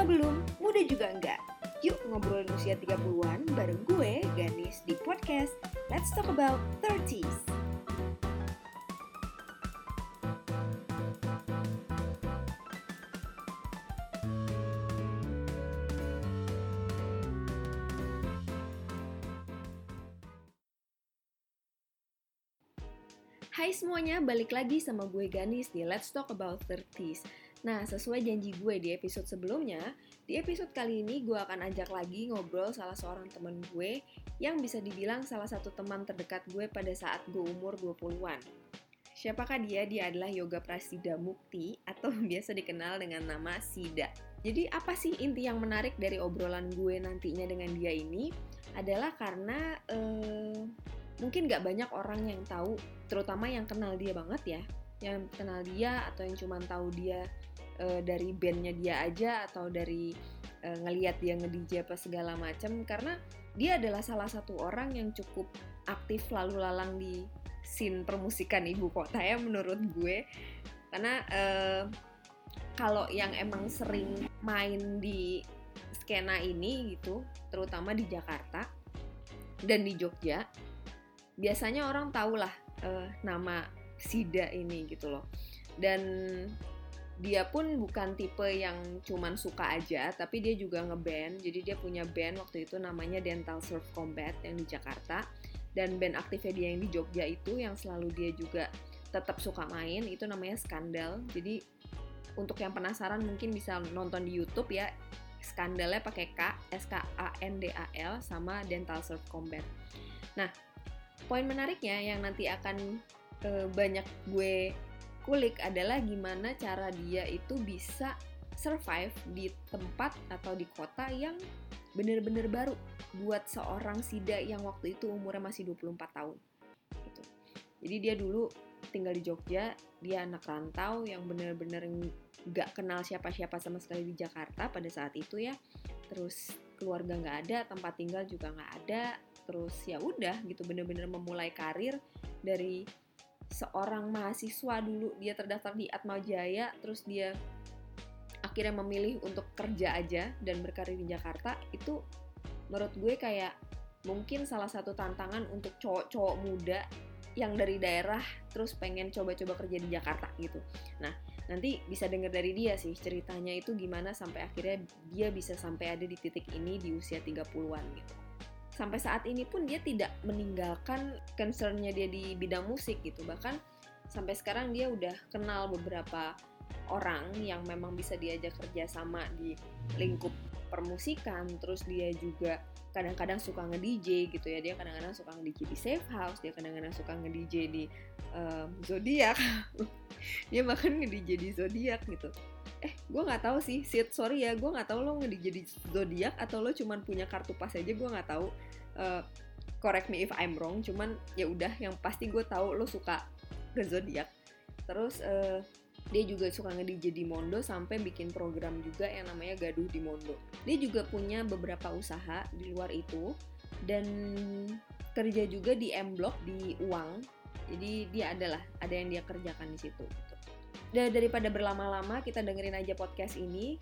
Tua belum, muda juga enggak. Yuk ngobrolin usia 30-an bareng gue, Ganis, di podcast Let's Talk About 30s. Hai semuanya, balik lagi sama gue Ganis di Let's Talk About 30s. Nah, sesuai janji gue di episode sebelumnya, di episode kali ini gue akan ajak lagi ngobrol salah seorang teman gue yang bisa dibilang salah satu teman terdekat gue pada saat gue umur 20-an. Siapakah dia? Dia adalah Yoga Prasida Mukti atau biasa dikenal dengan nama Sida. Jadi apa sih inti yang menarik dari obrolan gue nantinya dengan dia ini? Adalah karena mungkin gak banyak orang yang tahu, terutama yang kenal dia banget ya, yang kenal dia atau yang cuma tahu dia dari bandnya dia aja atau dari ngelihat dia nge-DJ apa segala macam, karena dia adalah salah satu orang yang cukup aktif lalu lalang di scene permusikan ibu kota ya menurut gue. Karena kalau yang emang sering main di skena ini gitu, terutama di Jakarta dan di Jogja, biasanya orang tahu lah nama Sida ini gitu loh. Dan dia pun bukan tipe yang cuman suka aja, tapi dia juga ngeband. Jadi dia punya band waktu itu namanya Dental Surf Combat yang di Jakarta. Dan band aktifnya dia yang di Jogja itu, yang selalu dia juga tetap suka main, itu namanya Skandal. Jadi untuk yang penasaran mungkin bisa nonton di YouTube ya. Skandalnya pakai K, S-K-A-N-D-A-L, sama Dental Surf Combat. Nah, poin menariknya yang nanti akan banyak gue kulik adalah gimana cara dia itu bisa survive di tempat atau di kota yang bener-bener baru buat seorang Sida yang waktu itu umurnya masih 24 tahun gitu. Jadi dia dulu tinggal di Jogja, dia anak rantau yang bener-bener gak kenal siapa-siapa sama sekali di Jakarta pada saat itu ya. Terus keluarga gak ada, tempat tinggal juga gak ada. Terus ya udah gitu, bener-bener memulai karir dari seorang mahasiswa dulu. Dia terdaftar di Atmajaya, terus dia akhirnya memilih untuk kerja aja dan berkarir di Jakarta. Itu menurut gue kayak mungkin salah satu tantangan untuk cowok-cowok muda yang dari daerah terus pengen coba-coba kerja di Jakarta gitu. Nah, nanti bisa denger dari dia sih ceritanya itu gimana sampai akhirnya dia bisa sampai ada di titik ini di usia 30-an gitu. Sampai saat ini pun dia tidak meninggalkan concern-nya dia di bidang musik gitu. Bahkan sampai sekarang dia udah kenal beberapa orang yang memang bisa diajak kerja sama di lingkup permusikan. Terus dia juga kadang-kadang suka nge-DJ gitu ya. Dia kadang-kadang suka nge-DJ di Safe House, dia kadang-kadang suka nge-DJ di Zodiac. Dia bahkan nge-DJ di Zodiac gitu. Gue nggak tahu sih, Sid, sorry ya, gue nggak tahu lo nge-DJ di Zodiac atau lo cuman punya kartu pas aja, gue nggak tahu. Correct me if I'm wrong, cuman ya udah, yang pasti gue tahu lo suka ke Zodiac. Terus dia juga suka nge-DJ di Mondo sampai bikin program juga yang namanya Gaduh di Mondo. Dia juga punya beberapa usaha di luar itu dan kerja juga di M Block di Uang. Jadi dia ada yang dia kerjakan di situ gitu. Daripada berlama-lama, kita dengerin aja podcast ini.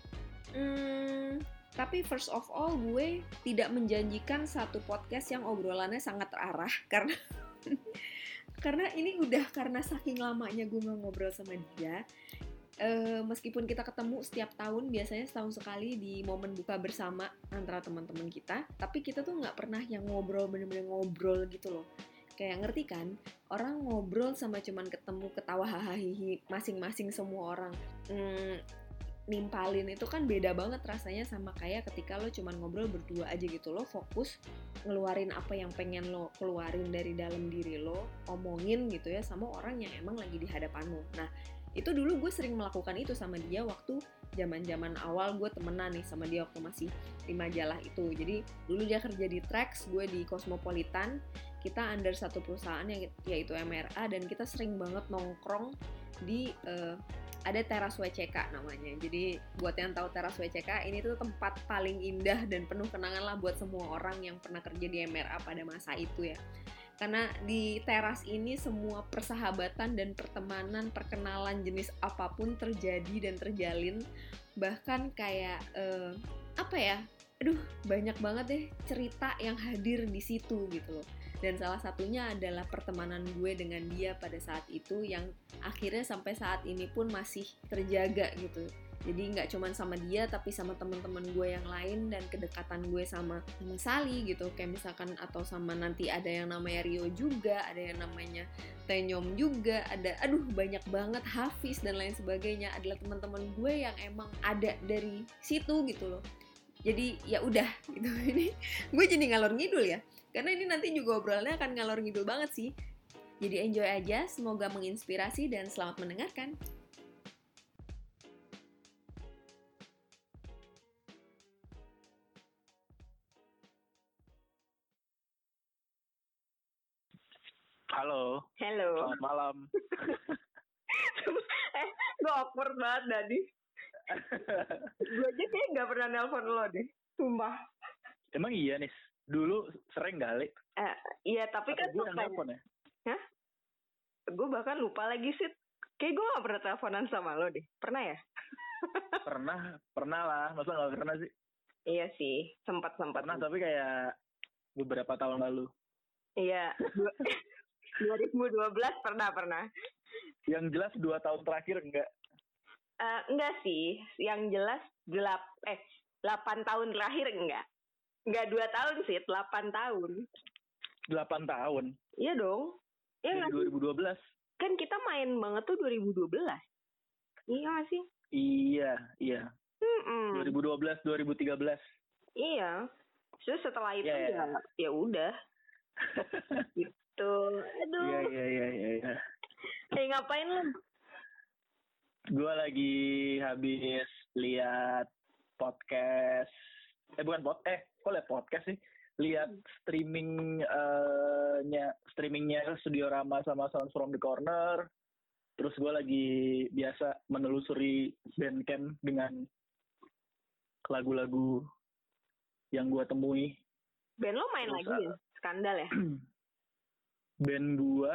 Tapi first of all, gue tidak menjanjikan satu podcast yang obrolannya sangat terarah karena ini udah karena saking lamanya gue gak ngobrol sama dia. Meskipun kita ketemu setiap tahun, biasanya setahun sekali di momen buka bersama antara teman-teman kita, tapi kita tuh gak pernah yang ngobrol, bener-bener ngobrol gitu loh. Kayak ngerti kan, orang ngobrol sama cuman ketemu ketawa hahaha masing-masing semua orang nimpalin itu kan beda banget rasanya sama kayak ketika lo cuman ngobrol berdua aja gitu. Lo fokus ngeluarin apa yang pengen lo keluarin dari dalam diri lo, omongin gitu ya sama orang yang emang lagi di hadapan lo. Nah, itu dulu gue sering melakukan itu sama dia waktu zaman-zaman awal gue temenan nih sama dia waktu masih di majalah itu. Jadi dulu dia kerja di Trax, gue di Cosmopolitan. Kita under satu perusahaan yaitu MRA, dan kita sering banget nongkrong di ada teras WCK namanya. Jadi buat yang tahu teras WCK, ini tuh tempat paling indah dan penuh kenangan lah buat semua orang yang pernah kerja di MRA pada masa itu ya. Karena di teras ini semua persahabatan dan pertemanan, perkenalan jenis apapun terjadi dan terjalin. Bahkan kayak apa ya? Aduh, banyak banget deh cerita yang hadir di situ gitu loh. Dan salah satunya adalah pertemanan gue dengan dia pada saat itu yang akhirnya sampai saat ini pun masih terjaga gitu. Jadi nggak cuma sama dia tapi sama teman-teman gue yang lain, dan kedekatan gue sama Sally gitu, kayak misalkan, atau sama nanti ada yang namanya Rio juga, ada yang namanya Tenyom juga, ada banyak banget, Hafiz dan lain sebagainya, adalah teman-teman gue yang emang ada dari situ gitu loh. Jadi ya udah gitu. Ini gue jadi ngalor ngidul ya, karena ini nanti juga obrolannya akan ngalor ngidul banget sih. Jadi enjoy aja, semoga menginspirasi dan selamat mendengarkan. Halo, Hello. selamat malam. Gue awkward banget tadi. Gue aja kayak gak pernah nelpon lo deh. Sumpah. Emang iya nih, dulu sering kali. Iya tapi Atau kan gue yang nelpon ya? Hah? Gue bahkan lupa lagi sih. Kayak gue gak pernah teleponan sama lo deh. Pernah ya? Pernah lah. Masa gak pernah sih? Iya sih, sempat. Pernah, tapi kayak beberapa tahun lalu. Iya, 2012 pernah. Yang jelas 2 tahun terakhir enggak. Enggak sih, yang jelas 8 tahun terakhir enggak. Enggak 2 tahun sih, 8 tahun. 8 tahun? Iya dong. Iya dari 2012. Kan kita main banget tuh 2012. Iya gak sih? Iya. 2012, 2013. Iya. Terus setelah itu ya udah. Gitu. Aduh. Iya. Ngapain lu? Gue lagi habis lihat podcast. Kok lihat podcast sih? Lihat streamingnya Studio Rama sama Sounds from the Corner. Terus gue lagi biasa menelusuri Bandcamp dengan lagu-lagu yang gue temui. Band lo main lagi ya? Skandal ya? Band gue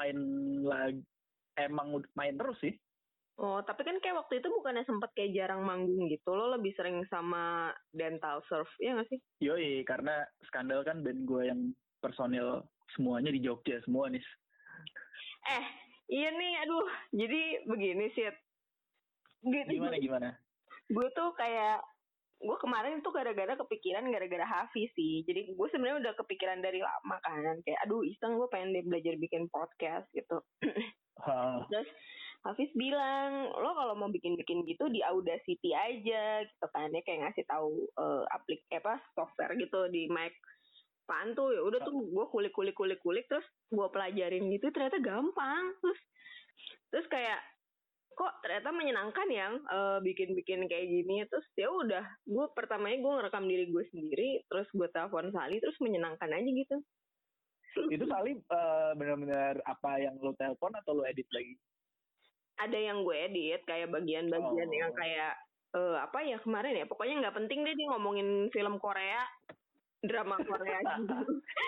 emang main terus sih. Oh, tapi kan kayak waktu itu bukannya sempet kayak jarang manggung gitu. Lo lebih sering sama Dental Surf, ya nggak sih? Yoi, karena Skandal kan band gue yang personil semuanya di Jogja semua nih. Iya nih, aduh. Jadi begini sih. Gimana? Gue tuh kayak, gue kemarin tuh gara-gara kepikiran gara-gara Hafiz sih. Jadi gue sebenarnya udah kepikiran dari lama kan. Kayak aduh iseng gue pengen belajar bikin podcast gitu. Terus Hafiz bilang, lo kalau mau bikin gitu di Audacity aja gitu kan, ya kayak ngasih tahu software gitu di Mac. Apaan tuh? Ya udah tuh gue kulik terus gue pelajarin gitu, ternyata gampang. Terus kayak kok ternyata menyenangkan yang bikin kayak gini. Terus ya udah, gue pertamanya gue ngerekam diri gue sendiri, terus gue telepon Sally, terus menyenangkan aja gitu. Itu Sally benar-benar apa yang lo telepon atau lo edit lagi? Ada yang gue edit kayak bagian-bagian yang kayak kemarin ya, pokoknya nggak penting deh, dia ngomongin film Korea, drama Korea gitu.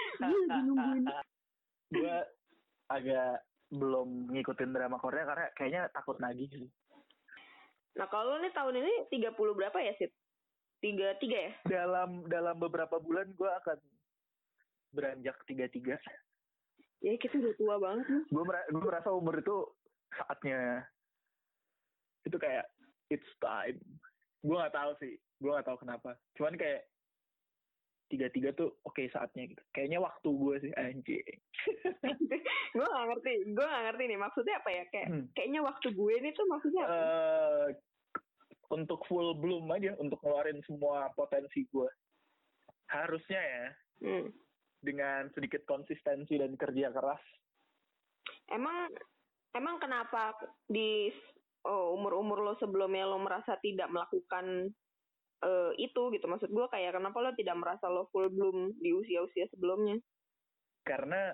Gue agak belum ngikutin drama Korea karena kayaknya takut nagih sih. Nah kalau nih tahun ini 30 berapa ya Sid? 33 ya? Dalam beberapa bulan gue akan beranjak 33. Ya kita udah tua banget nih. Gue merasa umur itu saatnya, itu kayak it's time. Gue nggak tahu kenapa. Cuman kayak 33 tuh oke saatnya gitu. Kayaknya waktu gue sih anjing. Gue nggak ngerti nih maksudnya apa ya, kayaknya waktu gue ini tuh maksudnya apa? Untuk full bloom aja, untuk ngeluarin semua potensi gue. Harusnya ya. Dengan sedikit konsistensi dan kerja keras. Emang kenapa di umur lo sebelumnya lo merasa tidak melakukan itu gitu? Maksud gue kayak kenapa lo tidak merasa lo full bloom di usia-usia sebelumnya? Karena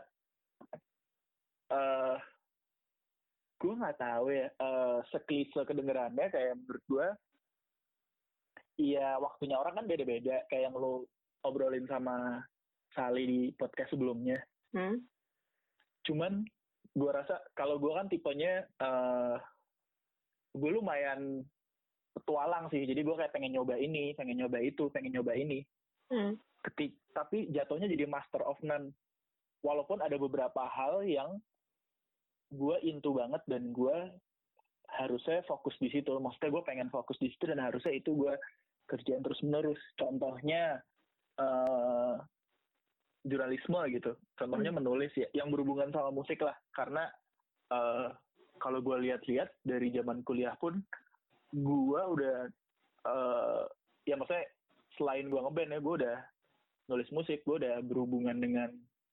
gue nggak tahu ya, seklise kedengerannya kayak menurut gue, iya waktunya orang kan beda-beda, kayak yang lo obrolin sama Sally di podcast sebelumnya. Cuman gue rasa kalau gue kan tipenya gue lumayan petualang sih. Jadi gue kayak pengen nyoba ini, pengen nyoba itu, pengen nyoba ini. Tapi jatuhnya jadi master of none. Walaupun ada beberapa hal yang gue into banget dan gue harusnya fokus di situ. Maksudnya gue pengen fokus di situ dan harusnya itu gue kerjain terus menerus. Contohnya jurnalisme gitu. Contohnya menulis ya, yang berhubungan sama musik lah. Karena kalau gue lihat-lihat dari zaman kuliah pun, gue udah ya maksudnya selain gue ngeband ya, gue udah nulis musik, gue udah berhubungan dengan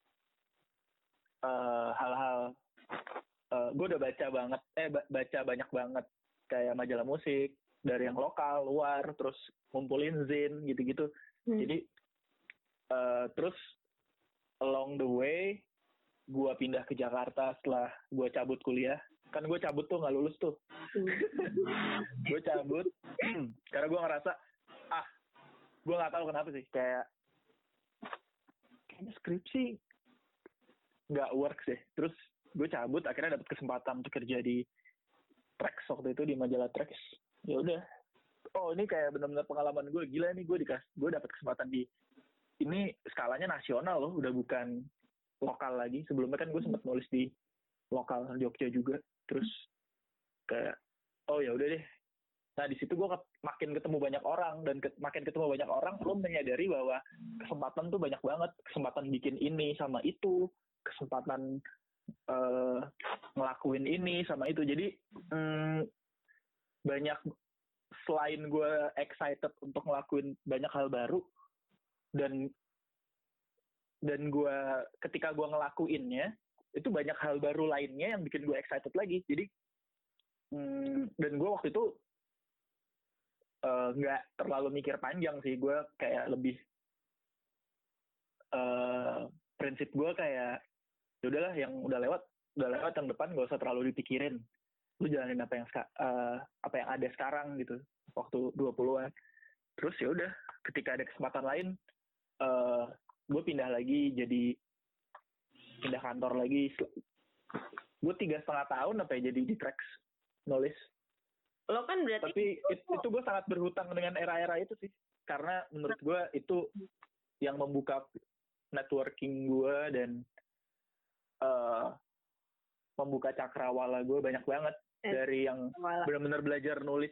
hal-hal. Gue udah baca banyak banget kayak majalah musik dari yang lokal, luar, terus ngumpulin zin gitu-gitu. Jadi terus along the way gue pindah ke Jakarta setelah gue cabut kuliah. Kan gue cabut tuh nggak lulus tuh. Gue cabut karena gue ngerasa gue nggak tahu kenapa sih, kayaknya skripsi nggak works deh. Terus gue cabut, akhirnya dapet kesempatan untuk kerja di Trax waktu itu, di majalah Trax. Ya udah, ini kayak benar-benar pengalaman gue, gila nih, gue dapet kesempatan di ini, skalanya nasional loh, udah bukan lokal lagi. Sebelumnya kan gue sempat nulis di lokal Jogja juga. Terus kayak ya udah deh. Nah di situ gue makin ketemu banyak orang, dan makin ketemu banyak orang, lo menyadari bahwa kesempatan tuh banyak banget. Kesempatan bikin ini sama itu, kesempatan ngelakuin ini sama itu. Jadi banyak, selain gue excited untuk ngelakuin banyak hal baru, dan gue ketika gue ngelakuinnya itu banyak hal baru lainnya yang bikin gue excited lagi. Jadi dan gue waktu itu nggak terlalu mikir panjang sih. Gue kayak lebih prinsip gue kayak ya udahlah, yang udah lewat yang depan gak usah terlalu dipikirin. Lu jalanin apa yang ada sekarang gitu, waktu 20-an. Terus ya udah, ketika ada kesempatan lain gue pindah kantor lagi. Gue 3,5 tahun jadi di Trax nulis. Lo kan berarti, tapi itu gue sangat berhutang dengan era-era itu sih, karena menurut gue itu yang membuka networking gue dan membuka cakrawala gue banyak banget. Dari yang benar-benar belajar nulis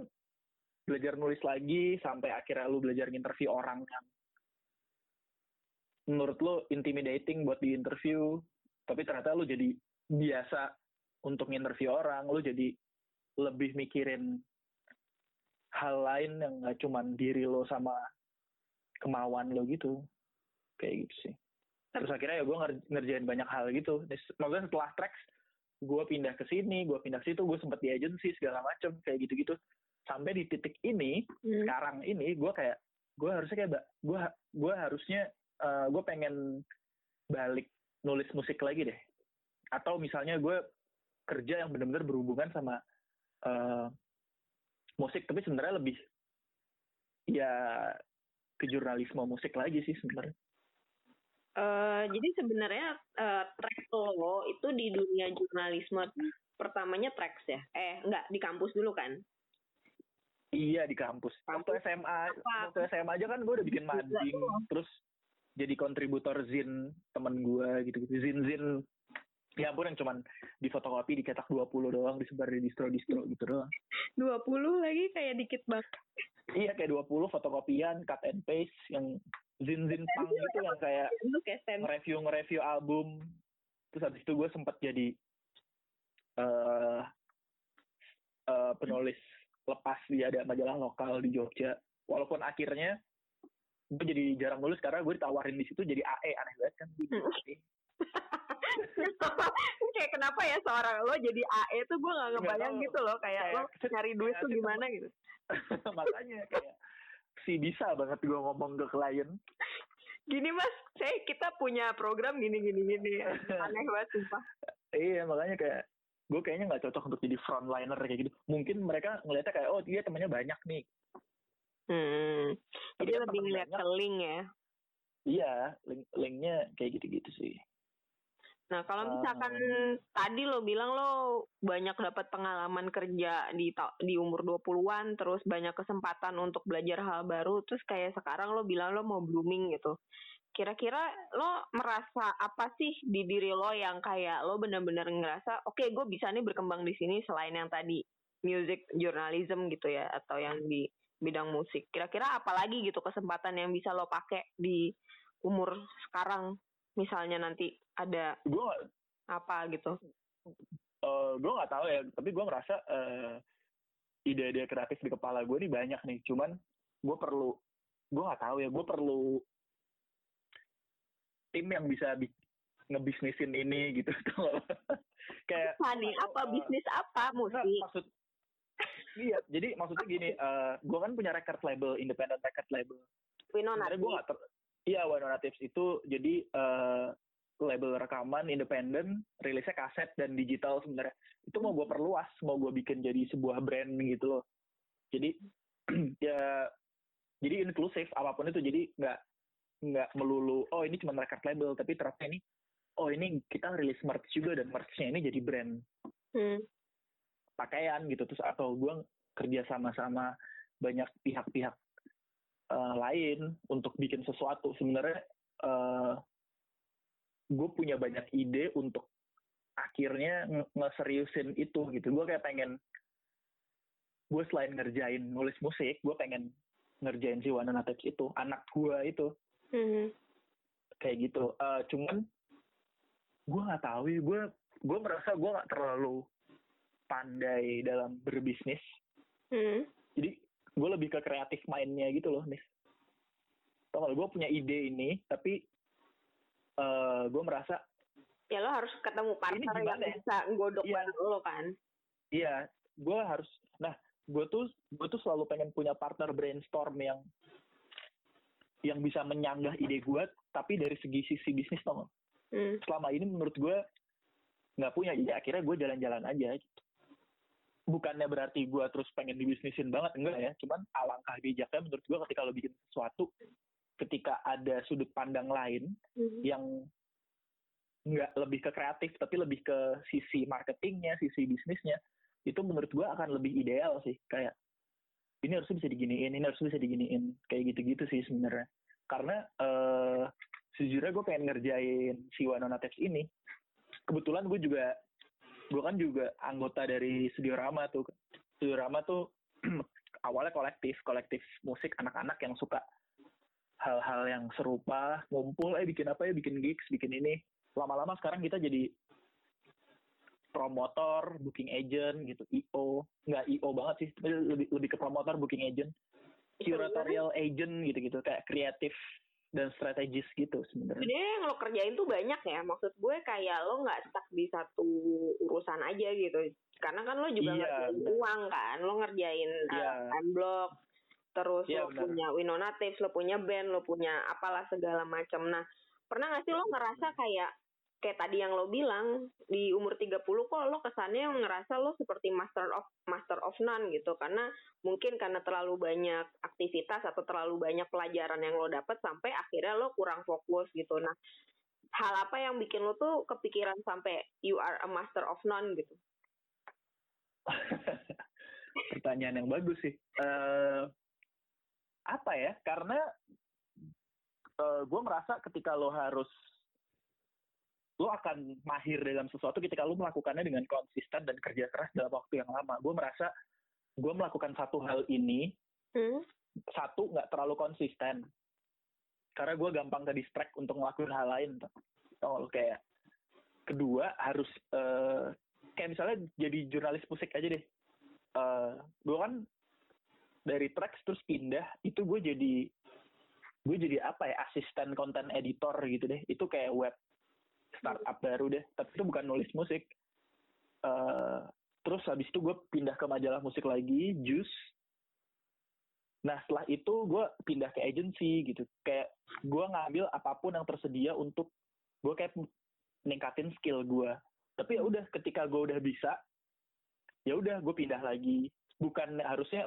lagi, sampai akhirnya lu belajar nginterview orang yang menurut lo intimidating buat di interview, tapi ternyata lo jadi biasa untuk nginterview orang. Lo jadi lebih mikirin hal lain yang nggak cuman diri lo sama kemauan lo gitu, kayak gitu sih. Terus akhirnya ya gue ngerjain banyak hal gitu. Maksudnya setelah Trax, gue pindah ke sini, gue pindah ke situ, gue sempet di agency segala macem kayak gitu-gitu. Sampai di titik ini, sekarang ini gue harusnya gue pengen balik nulis musik lagi deh. Atau misalnya gue kerja yang benar-benar berhubungan sama musik, tapi sebenarnya lebih ya ke jurnalisme musik lagi sih sebenarnya. Jadi sebenarnya Trax lo itu di dunia jurnalisme pertamanya Trax ya? Enggak, di kampus dulu kan? Iya, di kampus. Waktu SMA aja kan gue udah bikin mading, terus jadi kontributor zin temen gue gitu-gitu. Zin ya ampun, yang cuman di fotokopi dicetak 20 doang, disebar di distro-distro gitu doang. 20 lagi kayak dikit banget. Iya, kayak 20 fotokopian, cut and paste, yang zin-zin punk gitu, yang kayak nge-review album. Terus habis itu gue sempat jadi penulis lepas di ada majalah lokal di Jogja. Walaupun akhirnya gue jadi jarang nulis karena gue ditawarin di situ jadi AE, aneh banget kan. Kayak kenapa ya seorang lo jadi AE tuh gue nggak ngebayang gitu loh, kayak lo nyari duit tuh gimana gitu. Makanya kayak bisa banget gue ngomong ke klien, gini mas, kita punya program gini. Aneh banget sumpah. Iya, makanya kayak gue kayaknya nggak cocok untuk jadi frontliner kayak gitu. Mungkin mereka ngeliatnya kayak dia temannya banyak nih. Jadi lebih ngeliat ke link ya. Iya, linknya kayak gitu-gitu sih. Nah, kalau misalkan tadi lo bilang lo banyak dapat pengalaman kerja di umur 20-an, terus banyak kesempatan untuk belajar hal baru, terus kayak sekarang lo bilang lo mau blooming gitu. Kira-kira lo merasa apa sih di diri lo yang kayak lo benar-benar ngerasa, oke, gue bisa nih berkembang di sini selain yang tadi music journalism gitu ya, atau yang di bidang musik. Kira-kira apa lagi gitu kesempatan yang bisa lo pakai di umur sekarang? Misalnya nanti ada Gue apa gitu. gue nggak tahu ya, tapi gue ngerasa ide-ide kreatif di kepala gue nih banyak nih. Cuman gue nggak tahu ya, gue perlu tim yang bisa ngebisnisin ini gitu. Kayak apa bisnis apa musik? Maksud iya, jadi maksudnya gini, gue kan punya record label, independent record label. Winona Sebenarnya gue nggak Winona Tips itu jadi label rekaman independen, rilisnya kaset dan digital sebenarnya. Itu mau gue perluas, mau gue bikin jadi sebuah brand gitu loh. Jadi ya, jadi inklusif apapun itu. Jadi nggak melulu ini cuma record label, tapi ternyata ini kita rilis merch juga, dan merchnya ini jadi brand pakaian gitu. Terus atau gue kerja sama banyak pihak-pihak lain untuk bikin sesuatu. Sebenarnya gue punya banyak ide untuk akhirnya ngeseriusin itu gitu. Gue kayak pengen, gue selain ngerjain nulis musik, gue pengen ngerjain si Winona Tips itu, anak gue itu. Kayak gitu. Cuman gue nggak tahu, gue merasa gue nggak terlalu pandai dalam berbisnis. Jadi gue lebih ke kreatif mindnya gitu loh, nih. Kalau gue punya ide ini, tapi gue merasa ya lo harus ketemu partner yang bisa godok bareng lo kan. Iya, gue harus. Nah, gue tuh selalu pengen punya partner brainstorm yang bisa menyanggah ide gue, tapi dari sisi bisnis dong. Selama ini menurut gue nggak punya, jadi akhirnya gue jalan-jalan aja gitu. Bukannya berarti gue terus pengen dibisnisin banget, enggak ya. Cuman alangkah bijaknya menurut gue ketika lo bikin sesuatu, ketika ada sudut pandang lain yang nggak lebih ke kreatif, tapi lebih ke sisi marketingnya, sisi bisnisnya, itu menurut gue akan lebih ideal sih. Kayak, ini harusnya bisa diginiin, ini harusnya bisa diginiin. Kayak gitu-gitu sih sebenarnya. Karena sejujurnya gue pengen ngerjain si Winona Tips ini. Kebetulan gue kan juga anggota dari Studio Rama tuh. Studio Rama tuh awalnya kolektif musik anak-anak yang suka hal-hal yang serupa, ngumpul, bikin apa ya, bikin gigs, bikin ini. Lama-lama sekarang kita jadi promotor, booking agent gitu, IO. Nggak IO banget sih, lebih ke promotor, booking agent, curatorial agent gitu-gitu, kayak kreatif dan strategis gitu sebenarnya. Jadi yang lo kerjain tuh banyak ya, maksud gue kayak lo nggak stuck di satu urusan aja gitu, karena kan lo juga ngerjain uang kan, lo ngerjain M-Block, terus lo punya Winona Tips, lo punya band, lo punya apalah segala macam. Nah, pernah nggak sih lo ngerasa kayak tadi yang lo bilang di umur 30 kok lo kesannya ngerasa lo seperti master of none gitu, karena mungkin karena terlalu banyak aktivitas atau terlalu banyak pelajaran yang lo dapat sampai akhirnya lo kurang fokus gitu. Nah, hal apa yang bikin lo tuh kepikiran sampai you are a master of none gitu? Pertanyaan yang bagus sih. Apa ya? Karena gue merasa ketika lo akan mahir dalam sesuatu ketika lo melakukannya dengan konsisten dan kerja keras dalam waktu yang lama. Gue merasa gue melakukan satu hal ini, satu, nggak terlalu konsisten. Karena gue gampang ke distract untuk ngelakuin hal lain. Kayak kedua, harus kayak misalnya jadi jurnalis musik aja deh. Gue kan dari tracks terus pindah, itu gue jadi apa ya, asisten content editor gitu deh. Itu kayak web startup baru deh, tapi itu bukan nulis musik. Terus habis itu gue pindah ke majalah musik lagi, Juice. Nah, setelah itu gue pindah ke agency gitu. Kayak gue ngambil apapun yang tersedia untuk gue kayak ningkatin skill gue. Tapi ya udah, ketika gue udah bisa, ya udah gue pindah lagi. Bukan harusnya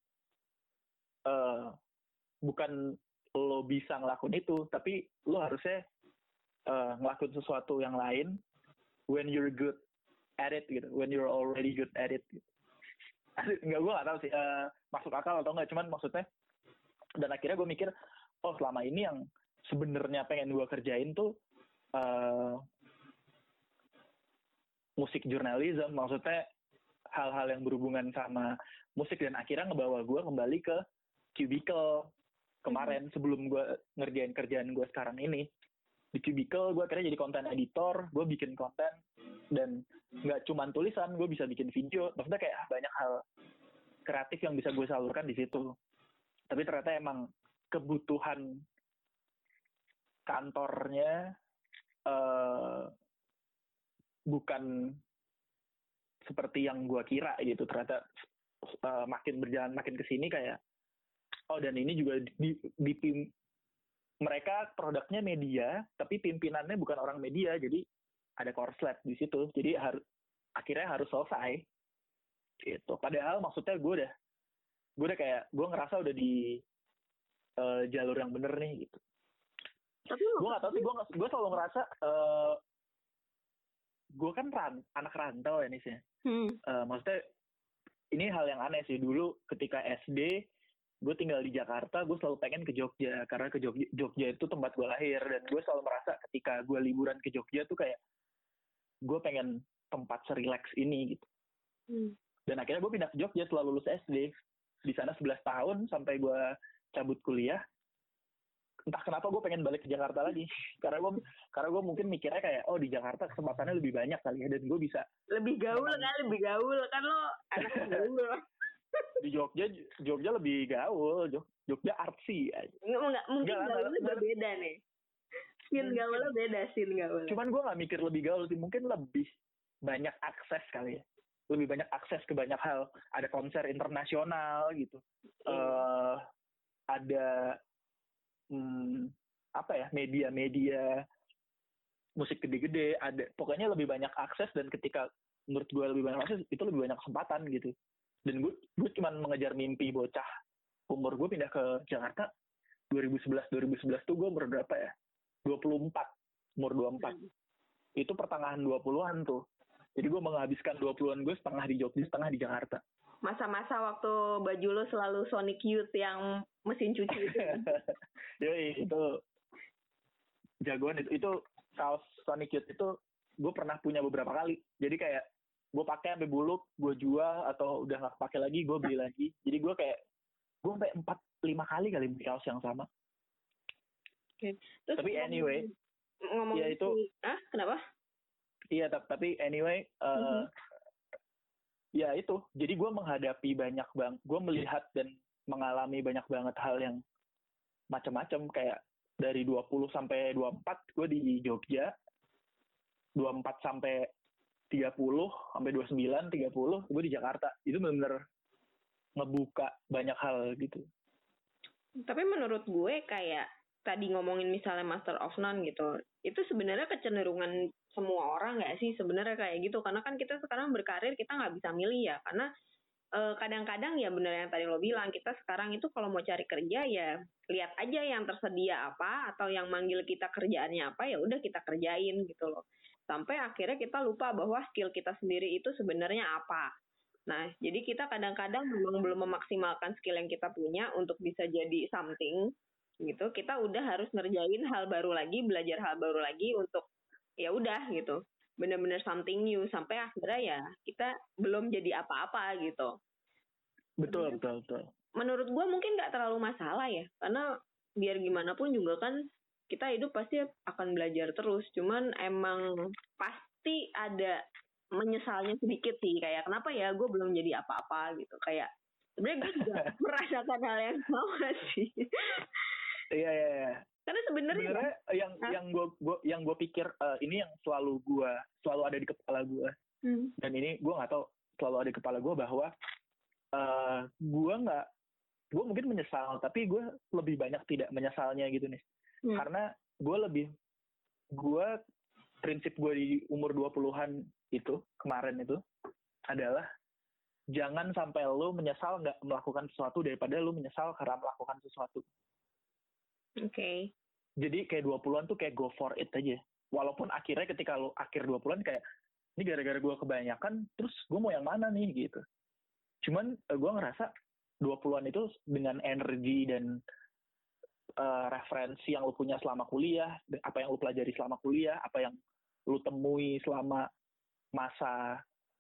bukan lo bisa ngelakuin itu, tapi lo harusnya ngelakuin sesuatu yang lain when you're good at it gitu, when you're already good at it gitu. Gue gak tahu sih masuk akal atau enggak, cuman maksudnya, dan akhirnya gue mikir, oh selama ini yang sebenarnya pengen gue kerjain tuh musik journalism, maksudnya hal-hal yang berhubungan sama musik, dan akhirnya ngebawa gue kembali ke Cubicle kemarin sebelum gue ngerjain kerjaan gue sekarang ini. Di Cubicle gue akhirnya jadi content editor, gue bikin konten, dan nggak cuma tulisan, gue bisa bikin video, maksudnya kayak banyak hal kreatif yang bisa gue salurkan di situ. Tapi ternyata emang kebutuhan kantornya bukan seperti yang gue kira gitu. Ternyata makin berjalan makin kesini kayak, oh dan ini juga mereka produknya media, tapi pimpinannya bukan orang media, jadi ada korslet di situ. Jadi akhirnya harus selesai. Gitu. Padahal maksudnya gue udah kayak, gue ngerasa udah di jalur yang bener nih gitu. Tapi gue nggak tahu sih, gue selalu ngerasa gue kan anak rantau ya nih sih. Maksudnya ini hal yang aneh sih. Dulu ketika SD gue tinggal di Jakarta, gue selalu pengen ke Jogja karena ke Jogja itu tempat gue lahir, dan gue selalu merasa ketika gue liburan ke Jogja tuh kayak gue pengen tempat serileks ini gitu. Dan akhirnya gue pindah ke Jogja setelah lulus SD. Di sana 11 tahun sampai gue cabut kuliah. Entah kenapa gue pengen balik ke Jakarta lagi, karena gue mungkin mikirnya kayak, oh di Jakarta kesempatannya lebih banyak kali ya, dan gue bisa lebih gaul kan lo anak gaul. Di Jogja lebih gaul, Jogja artsy aja. Mungkin gaulnya berbeda nih. Scene gaulnya beda. Cuman gue nggak mikir lebih gaul sih, mungkin lebih banyak akses kali ya. Lebih banyak akses ke banyak hal. Ada konser internasional gitu. Ada media-media musik gede-gede. Pokoknya lebih banyak akses, dan ketika menurut gue lebih banyak akses, itu lebih banyak kesempatan gitu. Dan gue cuma mengejar mimpi bocah umur gue pindah ke Jakarta 2011 tuh gue umur berapa ya? 24. Itu pertengahan 20-an tuh. Jadi gue menghabiskan 20-an gue setengah di Jogja, setengah di Jakarta. Masa-masa waktu baju lo selalu Sonic Youth yang mesin cuci itu. Yoi, itu jagoan itu kaos Sonic Youth itu gue pernah punya beberapa kali. Jadi kayak gue pakai sampai buluk, gue jual, atau udah nggak pakai lagi gue beli lagi. Jadi gue sampai 4-5 kali beli kaos yang sama. Okay. Terus tapi anyway, ya itu kenapa? Iya, tapi anyway, ya itu. Jadi gue menghadapi gue melihat dan mengalami banyak banget hal yang macam-macam, kayak dari 20 sampai 24 gue di Jogja, 24 sampai 30 sampai 29, 30 gue di Jakarta. Itu benar-benar ngebuka banyak hal gitu. Tapi menurut gue kayak tadi ngomongin misalnya Master of None gitu, itu sebenarnya kecenderungan semua orang nggak sih sebenarnya kayak gitu? Karena kan kita sekarang berkarir, kita nggak bisa milih ya, karena kadang-kadang ya benar yang tadi lo bilang, kita sekarang itu kalau mau cari kerja ya lihat aja yang tersedia apa, atau yang manggil kita kerjaannya apa, ya udah kita kerjain gitu loh. Sampai akhirnya kita lupa bahwa skill kita sendiri itu sebenarnya apa. Nah, jadi kita kadang-kadang memang belum memaksimalkan skill yang kita punya untuk bisa jadi something gitu. Kita udah harus ngerjain hal baru lagi, belajar hal baru lagi untuk ya udah gitu. Benar-benar something new, sampai akhirnya ya kita belum jadi apa-apa gitu. Betul. Menurut gue mungkin nggak terlalu masalah ya, karena biar gimana pun juga kan kita hidup pasti akan belajar terus. Cuman emang pasti ada menyesalnya sedikit sih, kayak kenapa ya gue belum jadi apa-apa gitu. Kayak sebenarnya gue juga merasakan hal yang sama sih. Iya. Karena sebenarnya yang gue pikir ini yang selalu ada di kepala gue. Dan ini gue nggak tahu, selalu ada di kepala gue bahwa gue mungkin menyesal, tapi gue lebih banyak tidak menyesalnya gitu nih. Karena prinsip gue di umur 20-an itu kemarin itu adalah jangan sampai lo menyesal nggak melakukan sesuatu daripada lo menyesal karena melakukan sesuatu. Oke. Jadi kayak 20-an tuh kayak go for it aja. walaupun akhirnya ketika lu akhir 20-an kayak ini gara-gara gue kebanyakan, terus gue mau yang mana nih gitu. Cuman gue ngerasa 20-an itu dengan energi dan referensi yang lu punya selama kuliah, apa yang lu pelajari selama kuliah, apa yang lu temui selama masa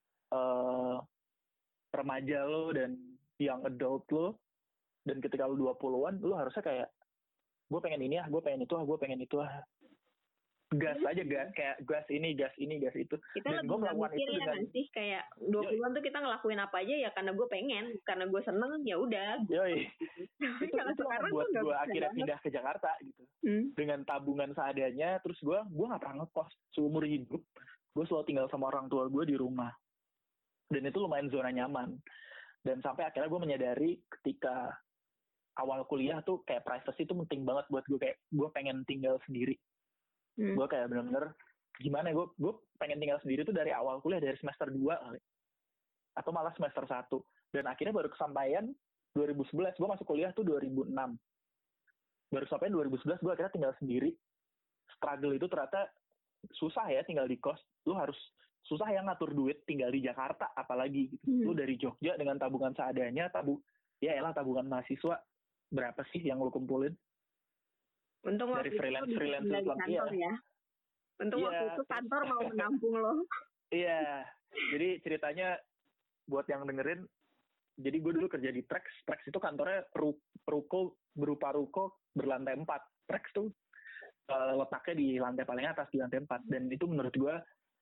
remaja lo dan young adult lo, dan ketika lu 20-an lu harusnya kayak gue pengen ini gue pengen itu gue pengen itu gas aja, kayak gas ini gas itu. Kita dan gue melakukan itu ya dengan sih kayak 20-an tuh kita ngelakuin apa aja ya karena gue pengen, karena gue seneng ya udah. itu yang buat gue akhirnya pindah ke Jakarta gitu. Dengan tabungan seadanya, terus gue nggak pernah ngekos seumur hidup. Gue selalu tinggal sama orang tua gue di rumah, dan itu lumayan zona nyaman. Dan sampai akhirnya gue menyadari ketika awal kuliah tuh kayak privacy itu penting banget buat gue, kayak gue pengen tinggal sendiri. Gue kayak bener-bener gimana ya, gue pengen tinggal sendiri tuh dari awal kuliah, dari semester 2 kali, atau malah semester 1. Dan akhirnya baru kesampaian 2011, gue masuk kuliah tuh 2006. Baru sampai 2011 gue akhirnya tinggal sendiri. Struggle itu ternyata susah ya tinggal di kos. Lu harus susah ya ngatur duit tinggal di Jakarta apalagi gitu. Lu dari Jogja dengan tabungan seadanya, tabungan mahasiswa berapa sih yang lu kumpulin? Untung dari freelance kantor ya. Untung waktu itu kantor mau menampung lo. Iya. Jadi ceritanya buat yang dengerin, jadi gue dulu kerja di Trax. Trax itu kantornya berupa ruko berlantai 4. Trax tuh letaknya di lantai paling atas, di lantai 4. Dan itu menurut gue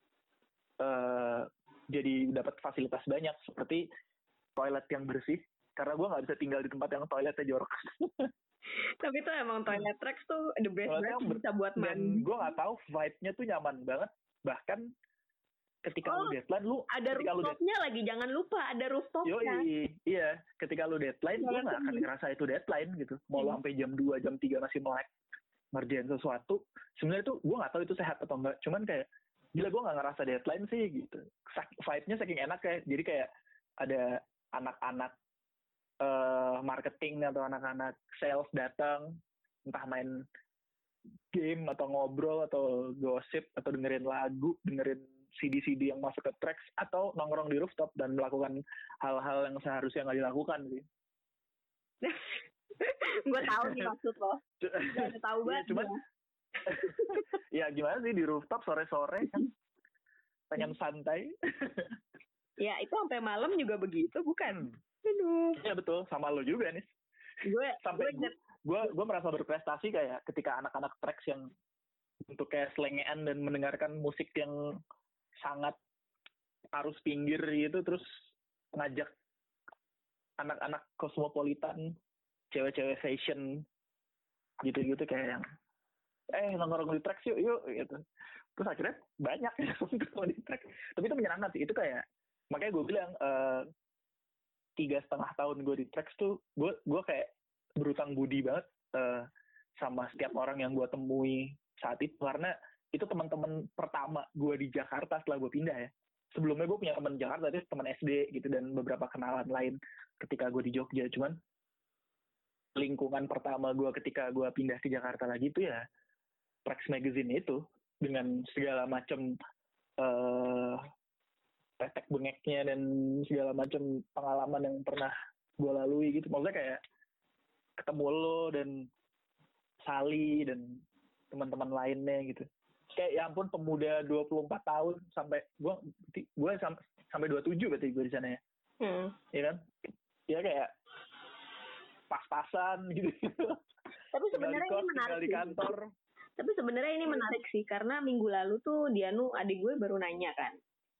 jadi dapat fasilitas banyak seperti toilet yang bersih, karena gue nggak bisa tinggal di tempat yang toiletnya jorok. Tapi tuh emang toilet Trax tuh the best banget, bisa buat mandi. Dan gue nggak tahu vibe-nya tuh nyaman banget. Bahkan ketika lu deadline, lu ada rooftopnya lagi, jangan lupa ada rooftopnya. Iya, ketika lu deadline, gue nggak akan ngerasa itu deadline gitu. Mau lu sampai jam 2, jam 3 masih melek ngerjain sesuatu. Sebenarnya tuh gue nggak tahu itu sehat atau enggak. Cuman kayak gila, gue nggak ngerasa deadline sih gitu. Vibe-nya saking enak kayak, jadi kayak ada anak-anak marketing atau anak-anak sales datang, entah main game atau ngobrol atau gosip atau dengerin lagu, dengerin CD-CD yang masuk ke Trax, atau nongkrong di rooftop dan melakukan hal-hal yang seharusnya nggak dilakukan sih. Gue tahu nih maksud lo. Udah tahu banget. Cuman ya gimana sih di rooftop sore-sore kan pengen santai. Ya itu sampai malam juga begitu bukan? Aduh. Iya betul, sama lo juga nih. Gue merasa berprestasi kayak ketika anak-anak Trax yang untuk kayak selengean dan mendengarkan musik yang sangat arus pinggir gitu, terus ngajak anak-anak cosmopolitan, cewek-cewek fashion gitu-gitu kayak yang nongkrong di Trax yuk gitu. Terus akhirnya banyak yang nongkrong di Trax. Tapi itu menyenangkan sih, itu kayak makanya gue bilang 3,5 tahun gue di Trax tuh gue kayak berutang budi banget sama setiap orang yang gue temui saat itu, karena itu teman-teman pertama gue di Jakarta setelah gue pindah ya. Sebelumnya gue punya teman Jakarta, itu teman SD gitu, dan beberapa kenalan lain ketika gue di Jogja. Cuman lingkungan pertama gue ketika gue pindah ke Jakarta lagi itu ya Trax Magazine itu, dengan segala macam tetek bengeknya dan segala macam pengalaman yang pernah gue lalui gitu. Maksudnya kayak ketemu lo dan Sally dan teman-teman lainnya gitu. Kayak ya ampun, pemuda 24 tahun sampai gue sampai 27 berarti gue di sana ya. Iya kan? Ya kayak pas-pasan gitu. Tapi sebenarnya ini menarik di kantor. Tapi sebenarnya ini menarik sih, karena minggu lalu tuh Dianu adik gue baru nanya kan.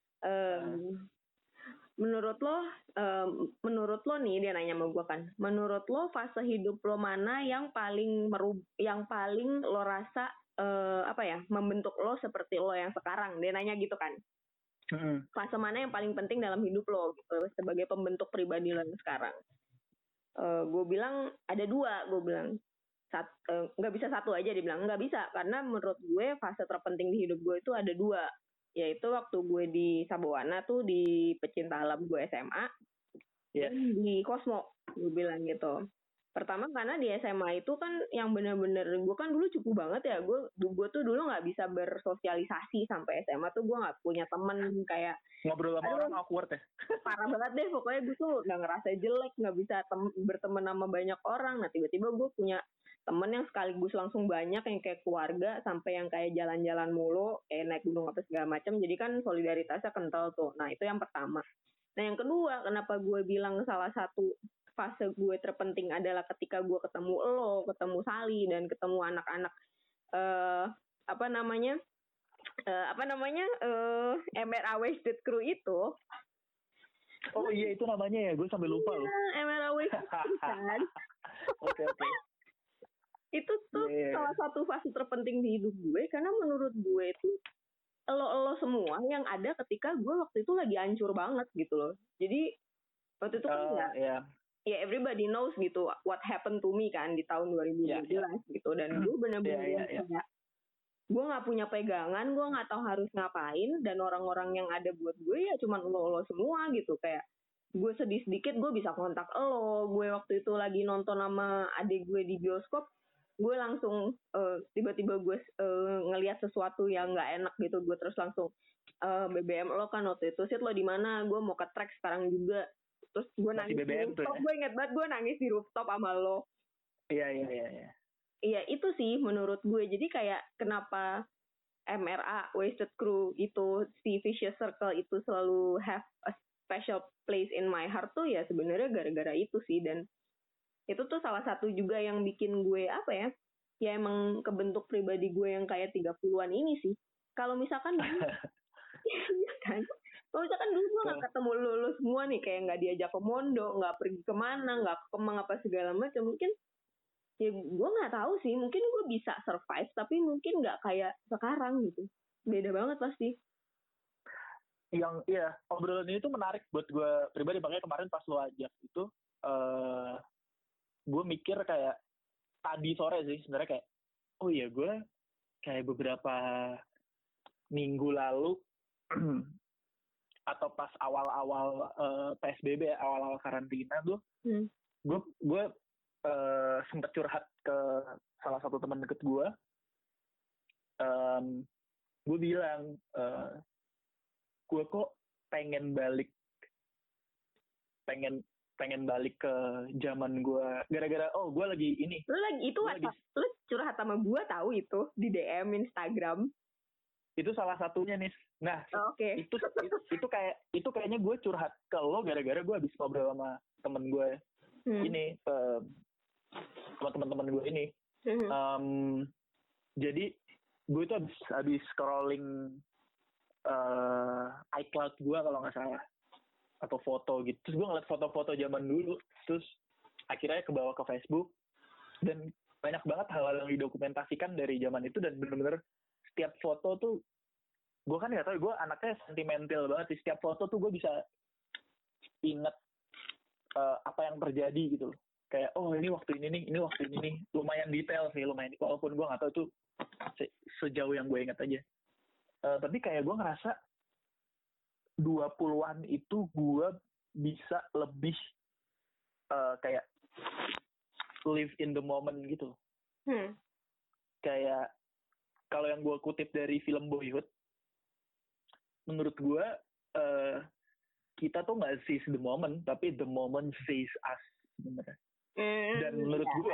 Menurut lo nih, dia nanya sama gue kan, menurut lo fase hidup lo mana yang paling lo rasa membentuk lo seperti lo yang sekarang? Dia nanya gitu kan. Fase mana yang paling penting dalam hidup lo gitu, sebagai pembentuk pribadi lo yang sekarang? Gue bilang ada 2. Gue bilang nggak bisa satu aja. Dia bilang nggak bisa, karena menurut gue fase terpenting di hidup gue itu ada 2, yaitu waktu gue di Sabawana tuh, di pecinta alam gue SMA, dan di Cosmo, gue bilang gitu. Pertama karena di SMA itu kan yang bener-bener gue kan dulu cupu banget ya, gue tuh dulu nggak bisa bersosialisasi sampai SMA tuh gue nggak punya temen kayak ngobrol sama orang awkward ya. Parah banget deh, pokoknya gue tuh udah ngerasa jelek, nggak bisa berteman sama banyak orang. Nah tiba-tiba gue punya temen yang sekaligus langsung banyak, yang kayak keluarga sampai yang kayak jalan-jalan mulu, naik gunung apa segala macam. Jadi kan solidaritasnya kental tuh. Nah itu yang pertama. Nah yang kedua, kenapa gue bilang salah satu fase gue terpenting adalah ketika gue ketemu lo, ketemu Sally, dan ketemu anak-anak MRA Wasted Crew itu. Oh iya itu namanya ya, gue sampai lupa loh. MRA Wasted Crew kan. Oke. Itu tuh salah satu fase terpenting di hidup gue, karena menurut gue itu lo semua yang ada ketika gue waktu itu lagi hancur banget gitu loh. Jadi waktu itu kan ya everybody knows gitu what happened to me kan di tahun 2012 gitu, dan gue benar-benar kayak gue nggak punya pegangan, gue nggak tahu harus ngapain, dan orang-orang yang ada buat gue ya cuma lo semua gitu. Kayak gue sedih sedikit gue bisa kontak lo, gue waktu itu lagi nonton sama adik gue di bioskop, gue langsung tiba-tiba gue ngelihat sesuatu yang nggak enak gitu, gue terus langsung BBM lo kan waktu itu, Sid lo di mana, gue mau ke track sekarang juga. Terus gue nangis di rooftop, gue inget banget gue nangis di rooftop sama lo. Iya itu sih menurut gue. Jadi kayak kenapa MRA Wasted Crew itu, si Vicious Circle itu selalu have a special place in my heart tuh ya sebenarnya gara-gara itu sih. Dan itu tuh salah satu juga yang bikin gue ya emang kebentuk pribadi gue yang kayak 30-an ini sih. Kalau misalkan iya kan, kalau misalkan dulu gue nggak ketemu lo semua nih, kayak nggak diajak ke Mondo, nggak pergi kemana, nggak ke Kemang apa segala macam, mungkin ya gue nggak tahu sih, mungkin gue bisa survive, tapi mungkin nggak kayak sekarang gitu, beda banget pasti. Yang obrolan ini tuh menarik buat gue pribadi, makanya kemarin pas lo ajak itu gue mikir kayak tadi sore sih sebenarnya, kayak oh iya gue kayak beberapa minggu lalu atau pas awal-awal PSBB, awal-awal karantina tuh gue sempat curhat ke salah satu teman deket gue. Gue bilang gue kok pengen balik ke zaman gue, gara-gara gue lagi ini. Lu curhat sama gue tahu itu di DM Instagram. Itu salah satunya nih. Nah, itu kayaknya gue curhat ke lo gara-gara gue habis ngobrol sama temen gue ini, sama teman-teman gue ini. Jadi gue tuh habis scrolling iCloud gue kalau nggak salah, atau foto gitu. Terus gue ngeliat foto-foto zaman dulu. Terus akhirnya kebawa ke Facebook, dan banyak banget hal-hal yang didokumentasikan dari zaman itu. Dan bener-bener setiap foto tuh, gue kan nggak tahu, gue anaknya sentimental banget. Setiap foto tuh gue bisa inget apa yang terjadi gitu loh. Kayak ini waktu ini nih, ini waktu ini nih. Lumayan detail sih, walaupun gue nggak tahu itu sejauh yang gue inget aja. Tapi kayak gue ngerasa 20-an itu gue bisa lebih kayak live in the moment gitu. Kayak kalau yang gue kutip dari film Boyhood, menurut gue kita tuh nggak seize the moment, tapi the moment seize us sebenarnya. Dan menurut gue,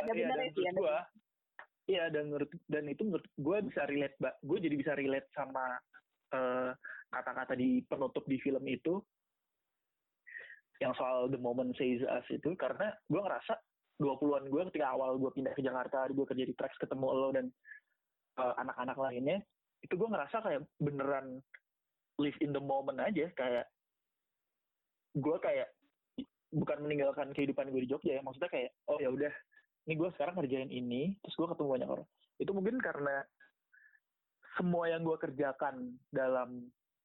dan itu menurut gue bisa relate, gue jadi bisa relate sama kata-kata di penutup di film itu, yang soal the moment says us itu, karena gue ngerasa 20-an gue ketika awal gue pindah ke Jakarta, gue kerja di Trax, ketemu lo dan anak-anak lainnya, itu gue ngerasa kayak beneran live in the moment aja. Kayak gue kayak bukan meninggalkan kehidupan gue di Jogja ya, maksudnya kayak ya udah, ini gue sekarang ngerjain ini, terus gue ketemu banyak orang. Itu mungkin karena semua yang gue kerjakan dalam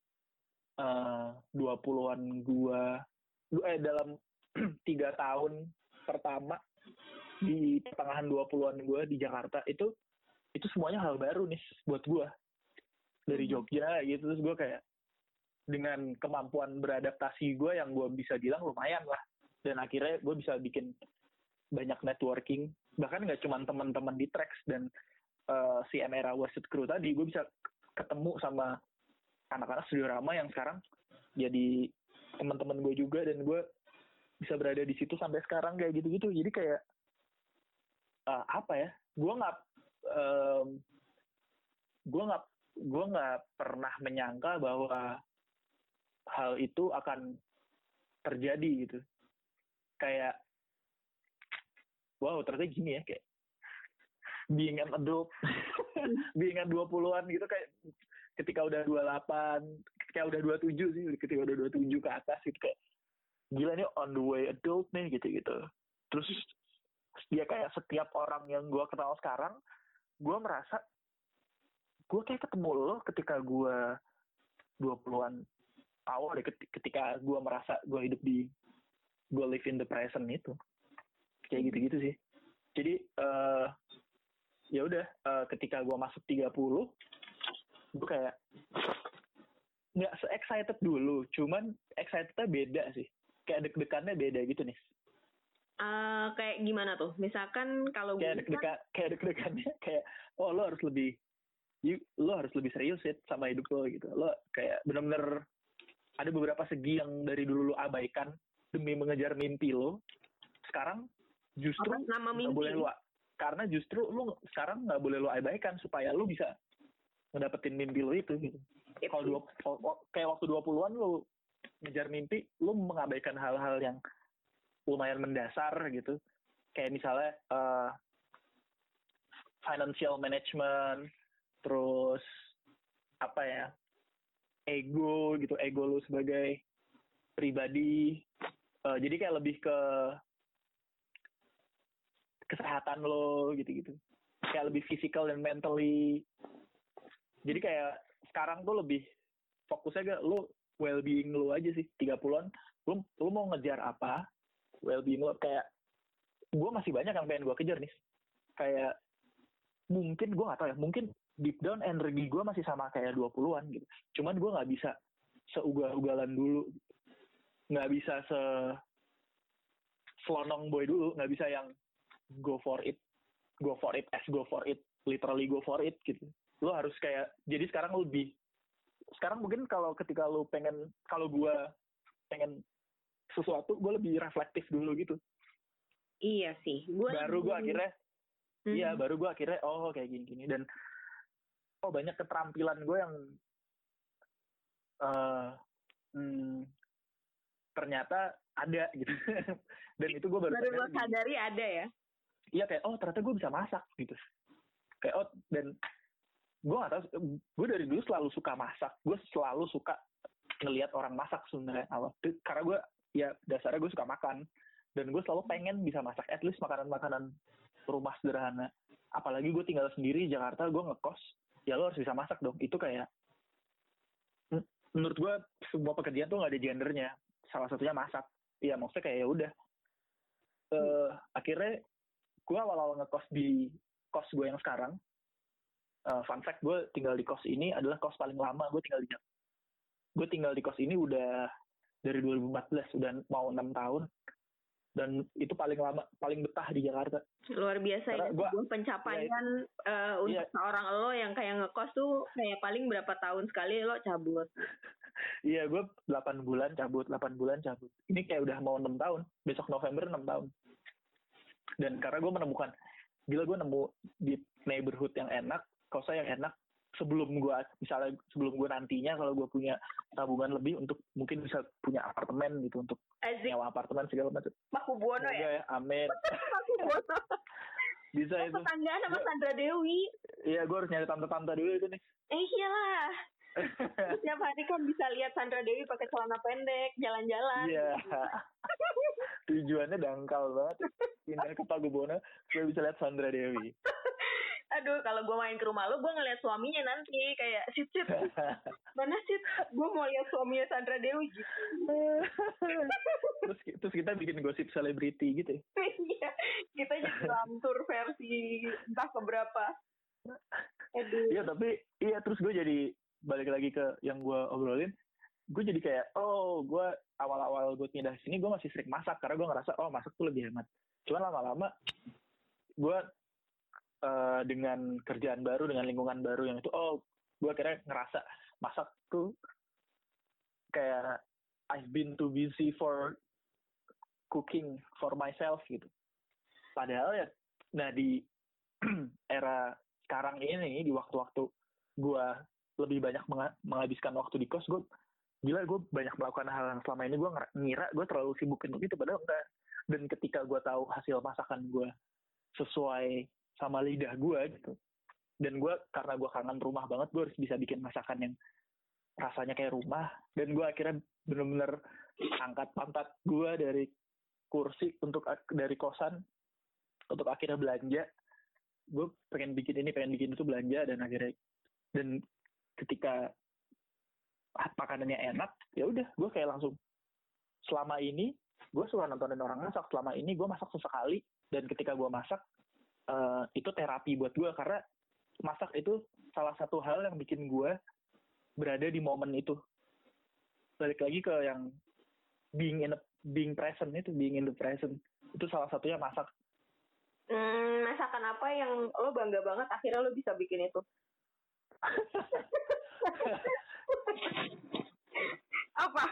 20-an gue, dalam 3 tahun pertama di pertengahan 20-an gue di Jakarta, itu semuanya hal baru nih buat gue dari Jogja gitu. Terus gue kayak dengan kemampuan beradaptasi gue yang gue bisa bilang lumayan lah, dan akhirnya gue bisa bikin banyak networking, bahkan nggak cuma teman-teman di Trax dan si Emera Worship Crew tadi, gue bisa ketemu sama anak-anak Studio Rama yang sekarang jadi teman-teman gue juga, dan gue bisa berada di situ sampai sekarang kayak gitu-gitu. Jadi kayak apa ya, gue nggak pernah menyangka bahwa hal itu akan terjadi gitu. Kayak wow, ternyata gini ya, kayak being an adult, being an 20-an gitu, kayak ketika udah 28, kayak udah 27 sih, ketika udah 27 ke atas gitu, kayak gila nih on the way adult nih gitu-gitu. Terus dia kayak setiap orang yang gue kenal sekarang, gue merasa gue kayak ketemu lo ketika gue 20-an awal deh, ketika gue merasa gue hidup di, gue live in the present itu. Kayak gitu-gitu sih. Jadi ya udah, ketika gue masuk 30, gue kayak nggak se-excited dulu, cuman excitednya beda sih. Kayak deg-degannya beda gitu nih. Kayak gimana tuh? Misalkan kalau kayak deg-degannya kayak lo harus lebih serius ya sama hidup lo gitu. Lo kayak benar-benar ada beberapa segi yang dari dulu lo abaikan demi mengejar mimpi lo. Sekarang justru nggak boleh lo, karena justru lo sekarang nggak boleh lo abaikan supaya lo bisa ngedapetin mimpi lo itu gitu. Kalau kayak waktu 20-an lo ngejar mimpi, lo mengabaikan hal-hal yang lumayan mendasar gitu. Kayak misalnya financial management, terus apa ya, ego gitu, ego lo sebagai pribadi. Jadi kayak lebih ke kesehatan lo gitu-gitu. Kayak lebih physical dan mentally. Jadi kayak sekarang tuh lebih fokusnya ke lo well-being lo aja sih. 30-an lo mau ngejar apa, well-being lo. Kayak gue masih banyak yang pengen gue kejar nih. Kayak mungkin gue gak tahu ya, mungkin deep down energi gue masih sama kayak 20-an gitu. Cuman gue gak bisa seugal-ugalan dulu, gak bisa selonong boy dulu, gak bisa yang go for it, literally go for it gitu. Lo harus kayak, jadi sekarang mungkin ketika lo kalau gue pengen sesuatu, gue lebih reflektif dulu gitu. Iya sih. Baru gue akhirnya oh kayak gini-gini, dan banyak keterampilan gue yang ternyata ada gitu. Dan itu gue baru sadari ada ya. Iya, kayak ternyata gue bisa masak gitu. Kayak dan gue nggak tahu, gue dari dulu selalu suka masak. Gue selalu suka ngelihat orang masak sebenarnya awal. Karena gue ya dasarnya gue suka makan, dan gue selalu pengen bisa masak at least makanan-makanan rumah sederhana. Apalagi gue tinggal sendiri di Jakarta, gue ngekos, ya lo harus bisa masak dong. Itu kayak menurut gue semua pekerjaan tuh nggak ada gendernya. Salah satunya masak. Ya maksudnya kayak ya udah. Akhirnya gue awal-awal ngekos di kos gue yang sekarang. Fun fact, gue tinggal di kos ini adalah kos paling lama gue tinggal di kos ini udah dari 2014, udah mau 6 tahun. Dan itu paling betah di Jakarta. Luar biasa ya, sebuah pencapaian untuk seorang lo yang kayak ngekos tuh kayak paling berapa tahun sekali lo cabut. Iya, gue 8 bulan cabut. Ini kayak udah mau 6 tahun, besok November 6 tahun. Dan karena gue gue nemu di neighborhood yang enak, kosnya yang enak, sebelum gue nantinya kalau gue punya tabungan lebih untuk mungkin bisa punya apartemen gitu, untuk nyewa apartemen segala macam. Paku Buwono ya? Amin. Paku Buwono. Bisa itu. Tetanggaan sama Sandra Dewi. Iya, gue harus nyari tante-tante dulu itu nih. Iyalah. Setiap hari kan bisa lihat Sandra Dewi pakai celana pendek, jalan-jalan. Iya. Tujuannya dangkal banget. Pindah ke Paku Buwono, gue bisa lihat Sandra Dewi. Aduh, kalau gue main ke rumah lo, gue ngeliat suaminya nanti kayak Sit, mana Sit? Gue mau lihat suaminya Sandra Dewi gitu. terus kita bikin gosip selebriti gitu. Iya, kita jadi lantur versi entah keberapa. Aduh. Iya, tapi terus gue jadi balik lagi ke yang gue obrolin. Gue jadi kayak gue awal-awal gue pindah sini gue masih sering masak karena gue ngerasa masak tuh lebih hemat. Cuman lama-lama gue dengan kerjaan baru, dengan lingkungan baru yang itu, gue akhirnya ngerasa masak tuh kayak I've been too busy for cooking for myself gitu. Padahal ya, nah di era sekarang ini, di waktu-waktu gue lebih banyak menghabiskan waktu di kos, gue banyak melakukan hal yang selama ini gue ngira gue terlalu sibukin gitu, padahal enggak. Dan ketika gue tahu hasil masakan gue sesuai sama lidah gue gitu, dan gue karena gue kangen rumah banget, gue harus bisa bikin masakan yang rasanya kayak rumah. Dan gue akhirnya bener-bener angkat pantat gue dari kursi dari kosan untuk akhirnya belanja. Gue pengen bikin ini, pengen bikin itu, belanja. Dan ketika makanannya enak, ya udah gue kayak langsung, selama ini gue suka nontonin orang masak, selama ini gue masak sesekali, dan ketika gue masak itu terapi buat gue, karena masak itu salah satu hal yang bikin gue berada di momen itu. Balik lagi ke yang being present itu, being in the present, itu salah satunya masak. Masakan apa yang lo bangga banget akhirnya lo bisa bikin itu? Apa?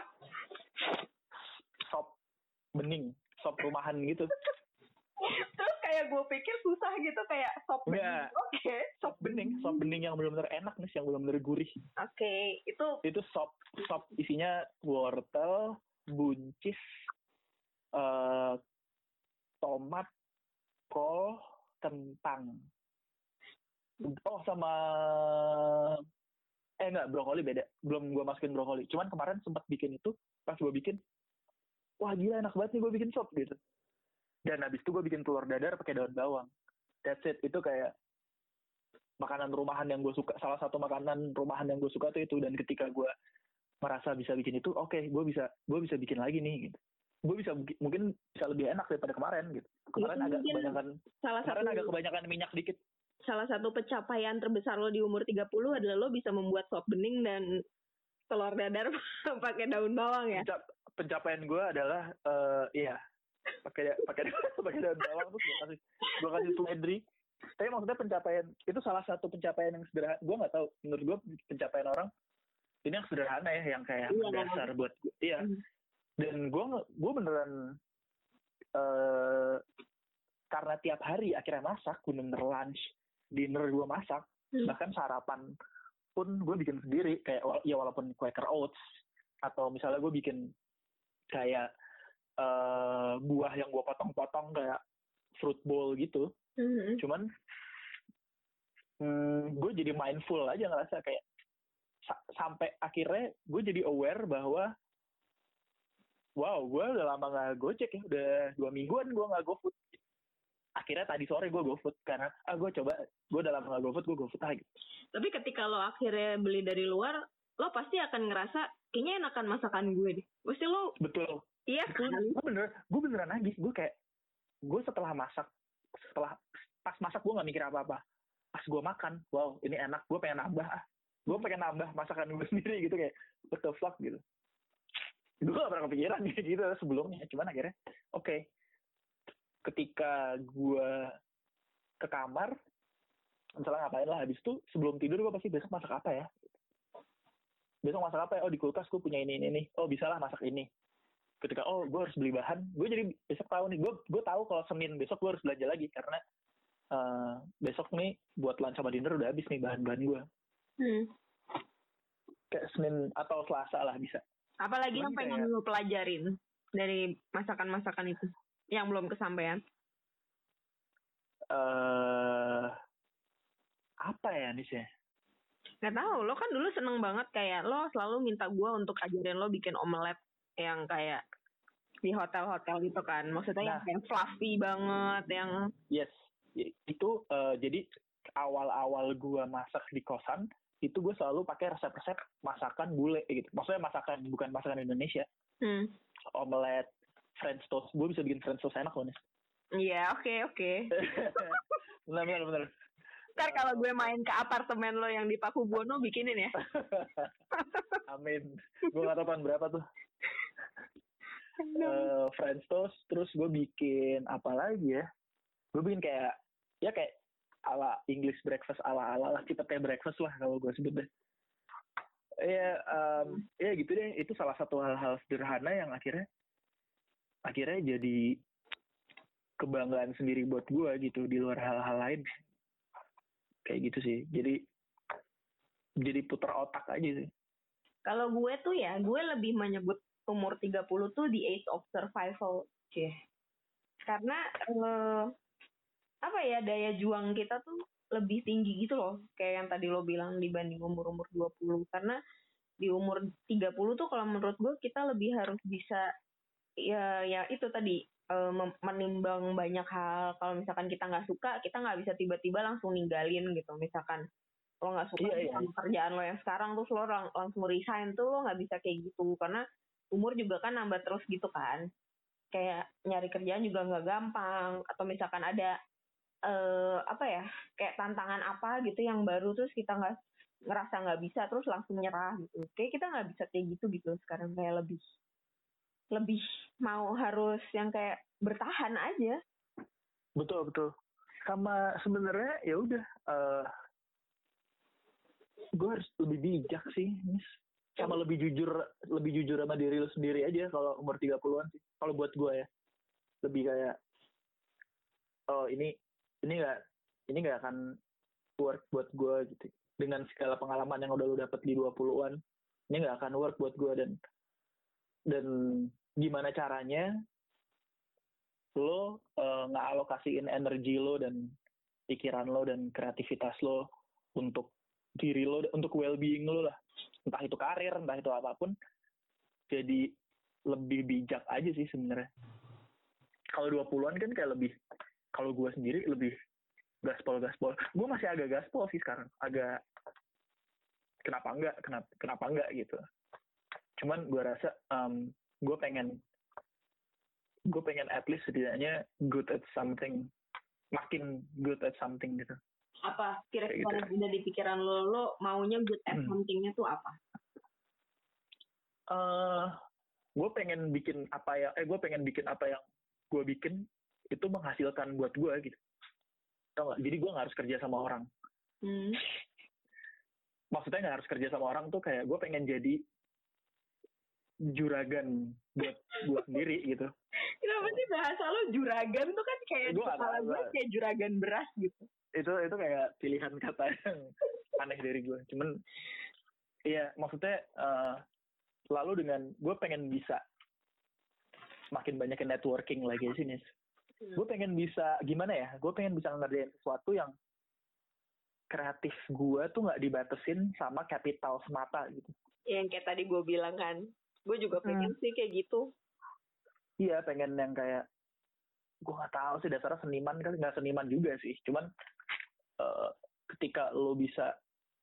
Sop bening, sop rumahan gitu. Terus kayak gue pikir susah gitu, kayak sop bening. Oke, sop bening yang benar-benar enak nih, yang benar-benar gurih. Oke, itu sop isinya wortel, buncis, tomat, kol, kentang. Sama enggak, brokoli beda. Belum gue masukin brokoli. Cuman kemarin sempat bikin itu, pas gue bikin, wah gila enak banget nih gue bikin sop gitu. Dan habis itu gue bikin telur dadar pakai daun bawang. That's it. Itu kayak makanan rumahan yang gue suka. Salah satu makanan rumahan yang gue suka tuh itu. Dan ketika gue merasa bisa bikin itu, oke, gue bisa bikin lagi nih gitu. Gue mungkin bisa lebih enak daripada kemarin gitu. Kemarin agak kebanyakan minyak dikit. Salah satu pencapaian terbesar lo di umur 30 adalah lo bisa membuat sop bening dan telur dadar pakai daun bawang ya. Pencapaian gue adalah pakai daun bawang tuh gue kasih seledri. Tapi maksudnya pencapaian itu salah satu pencapaian yang sederhana. Gue nggak tahu, menurut gue pencapaian orang ini yang sederhana ya, yang kayak dasar buat gue. Iya. Dan gue beneran karena tiap hari akhirnya masak, bener-bener lunch, dinner gue masak, bahkan sarapan pun gue bikin sendiri, kayak ya walaupun Quaker Oats, atau misalnya gue bikin kayak buah yang gue potong-potong kayak fruit bowl gitu. Cuman gue jadi mindful aja, ngerasa kayak sampai akhirnya gue jadi aware bahwa wow, gue udah lama gak gojek ya, udah 2 mingguan gue gak GoFood. Akhirnya tadi sore gue GoFood karena gue udah lama gak GoFood, gue GoFood aja. Tapi ketika lo akhirnya beli dari luar, lo pasti akan ngerasa kayaknya enakan masakan gue deh. Pasti lo. Betul. Iya kan? Gue beneran nagih. Gue setelah pas masak gue gak mikir apa-apa. Pas gue makan, wow ini enak, gue pengen nambah. Gue pengen nambah masakan gue sendiri gitu, kayak what the fuck gitu. Gue gak pernah kepikiran gitu sebelumnya. Cuman akhirnya oke. Ketika gue ke kamar, misalnya ngapain lah, habis itu sebelum tidur gue pasti besok masak apa ya. Besok masak apa ya? Oh di kulkas gue punya ini. Oh bisa lah masak ini. Ketika gue harus beli bahan, gue jadi besok tahu nih. Gue tahu kalau Senin besok gue harus belanja lagi karena besok nih buat lunch sama dinner udah habis nih bahan-bahan gue. Kayak Senin atau Selasa lah bisa. Apalagi yang pengen lo pelajarin dari masakan-masakan itu yang belum kesampaian? Apa ya nih sih? Nggak tahu, lo kan dulu seneng banget kayak lo selalu minta gue untuk ajarin lo bikin omelet yang kayak di hotel-hotel gitu kan. Maksudnya yang fluffy banget, yang. Yes, itu jadi awal-awal gue masak di kosan itu gue selalu pakai resep-resep masakan bule gitu. Maksudnya bukan masakan Indonesia. Omelet, French toast. Gue bisa bikin French toast enak loh nih. Iya, oke. Bener. Ntar kalau gue main ke apartemen lo yang di Pakubuwono bikinin ya. Amin. Gue gak tau tahun berapa tuh. French toast, terus gue bikin apa lagi ya? Gue bikin kayak ala English breakfast ala lah, kita kayak breakfast lah kalau gue sebut deh. Ya gitu deh, itu salah satu hal-hal sederhana yang akhirnya jadi kebanggaan sendiri buat gue gitu di luar hal-hal lain. Kayak gitu sih. Jadi putar otak aja sih. Kalau gue tuh ya, gue lebih menyebut umur 30 tuh the age of survival. Karena daya juang kita tuh lebih tinggi gitu loh. Kayak yang tadi lo bilang dibanding umur-umur 20. Karena di umur 30 tuh kalau menurut gue kita lebih harus bisa ya itu tadi menimbang banyak hal. Kalau misalkan kita nggak suka, kita nggak bisa tiba-tiba langsung ninggalin gitu. Misalkan lo nggak suka sama kerjaan lo yang sekarang, terus lo langsung resign tuh, lo nggak bisa kayak gitu. Karena umur juga kan nambah terus gitu kan. Kayak nyari kerjaan juga nggak gampang. Atau misalkan ada kayak tantangan apa gitu yang baru, terus kita ngerasa nggak bisa, terus langsung nyerah gitu. Kayak kita nggak bisa kayak gitu sekarang. Kayak lebih mau harus yang kayak bertahan aja. Betul. Sama sebenarnya ya udah, gue harus lebih bijak sih, Miss. Sama lebih jujur sama diri lu sendiri aja kalau umur 30-an sih. Kalau buat gue ya. Lebih kayak ini nggak akan work buat gue gitu. Dengan segala pengalaman yang udah lu dapet di 20-an, ini nggak akan work buat gue, dan gimana caranya lo ngalokasiin energi lo dan pikiran lo dan kreativitas lo untuk diri lo, untuk well-being lo lah, entah itu karir, entah itu apapun, jadi lebih bijak aja sih sebenarnya. Kalau 20-an kan kayak lebih, kalau gue sendiri lebih gaspol. Gue masih agak gaspol sih sekarang, agak kenapa enggak gitu. Cuman gue rasa gue pengen at least setidaknya good at something, makin good at something gitu. Apa kira-kira gitu. Udah di pikiran lo maunya good at something-nya tuh apa? Gue pengen bikin apa yang gue bikin itu menghasilkan buat gue gitu. Tau gak? Jadi gue gak harus kerja sama orang. Maksudnya gak harus kerja sama orang tuh kayak gue pengen jadi juragan buat gue sendiri gitu. Kenapa sih bahasa lo juragan tuh kan kayak di kepala gue kayak juragan beras gitu. Itu kayak pilihan kata yang aneh dari gue. Cuman iya, maksudnya lalu dengan gue pengen bisa makin banyak networking lagi sih, Nis. Gue pengen bisa gimana ya? Gue pengen bisa ngerjain sesuatu yang kreatif gue tuh nggak dibatesin sama capital semata gitu. Yang kayak tadi gue bilang kan, gue juga pengen sih kayak gitu. Iya, pengen yang kayak, gue nggak tahu sih, dasarnya seniman kan, nggak seniman juga sih. Cuman ketika lo bisa,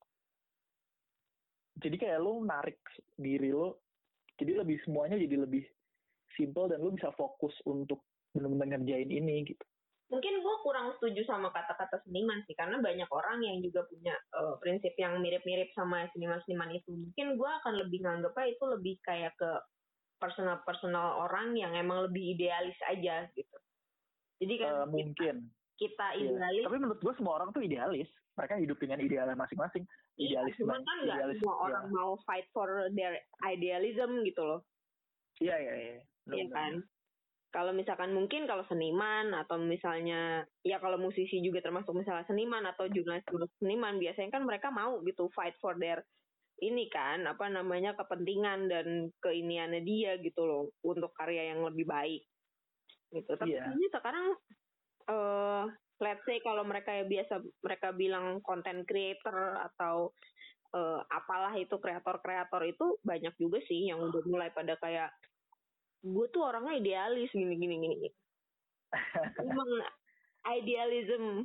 jadi kayak lo narik diri lo, jadi semuanya jadi lebih simple dan lo bisa fokus untuk benar-benar ngerjain ini gitu. Mungkin gue kurang setuju sama kata-kata seniman sih, karena banyak orang yang juga punya prinsip yang mirip-mirip sama seniman-seniman itu. Mungkin gue akan lebih nganggapnya itu lebih kayak ke personal orang yang emang lebih idealis aja gitu. Jadi kan mungkin kita idealis. Tapi menurut gue semua orang tuh idealis. Mereka hidup dengan idealnya masing-masing. Idealis. Cuman kan nggak semua orang mau fight for their idealism gitu loh. Iya. Iya kan. Kalau misalkan mungkin kalau seniman atau misalnya ya kalau musisi juga termasuk misalnya seniman atau jurnalis seniman, biasanya kan mereka mau gitu fight for their ini kan kepentingan dan keiniannya dia gitu loh untuk karya yang lebih baik gitu. Tapi ini sekarang let's say kalau mereka mereka bilang content creator atau apalah itu kreator itu banyak juga sih yang udah mulai pada kayak gue tuh orangnya idealis gini. Emang idealism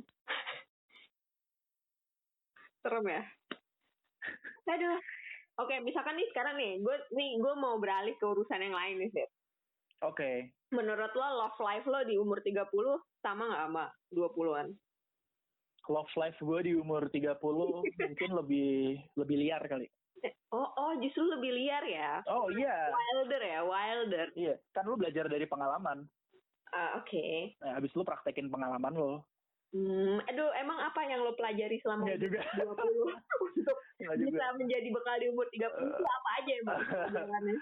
serem ya. Aduh. Oke, misalkan nih sekarang gue mau beralih ke urusan yang lain nih, Seth. Oke. Menurut lo love life lo di umur 30 sama nggak sama 20-an? Love life gue di umur 30 mungkin lebih liar kali. Justru lebih liar ya. Oh iya. Wilder. Iya, kan lu belajar dari pengalaman. Oke. Nah, habis lu praktekin pengalaman lo. Emang apa yang lo pelajari selama Nggak juga. 20 untuk Nggak bisa juga. menjadi bekal di umur 30 itu apa aja emang pelajarannya?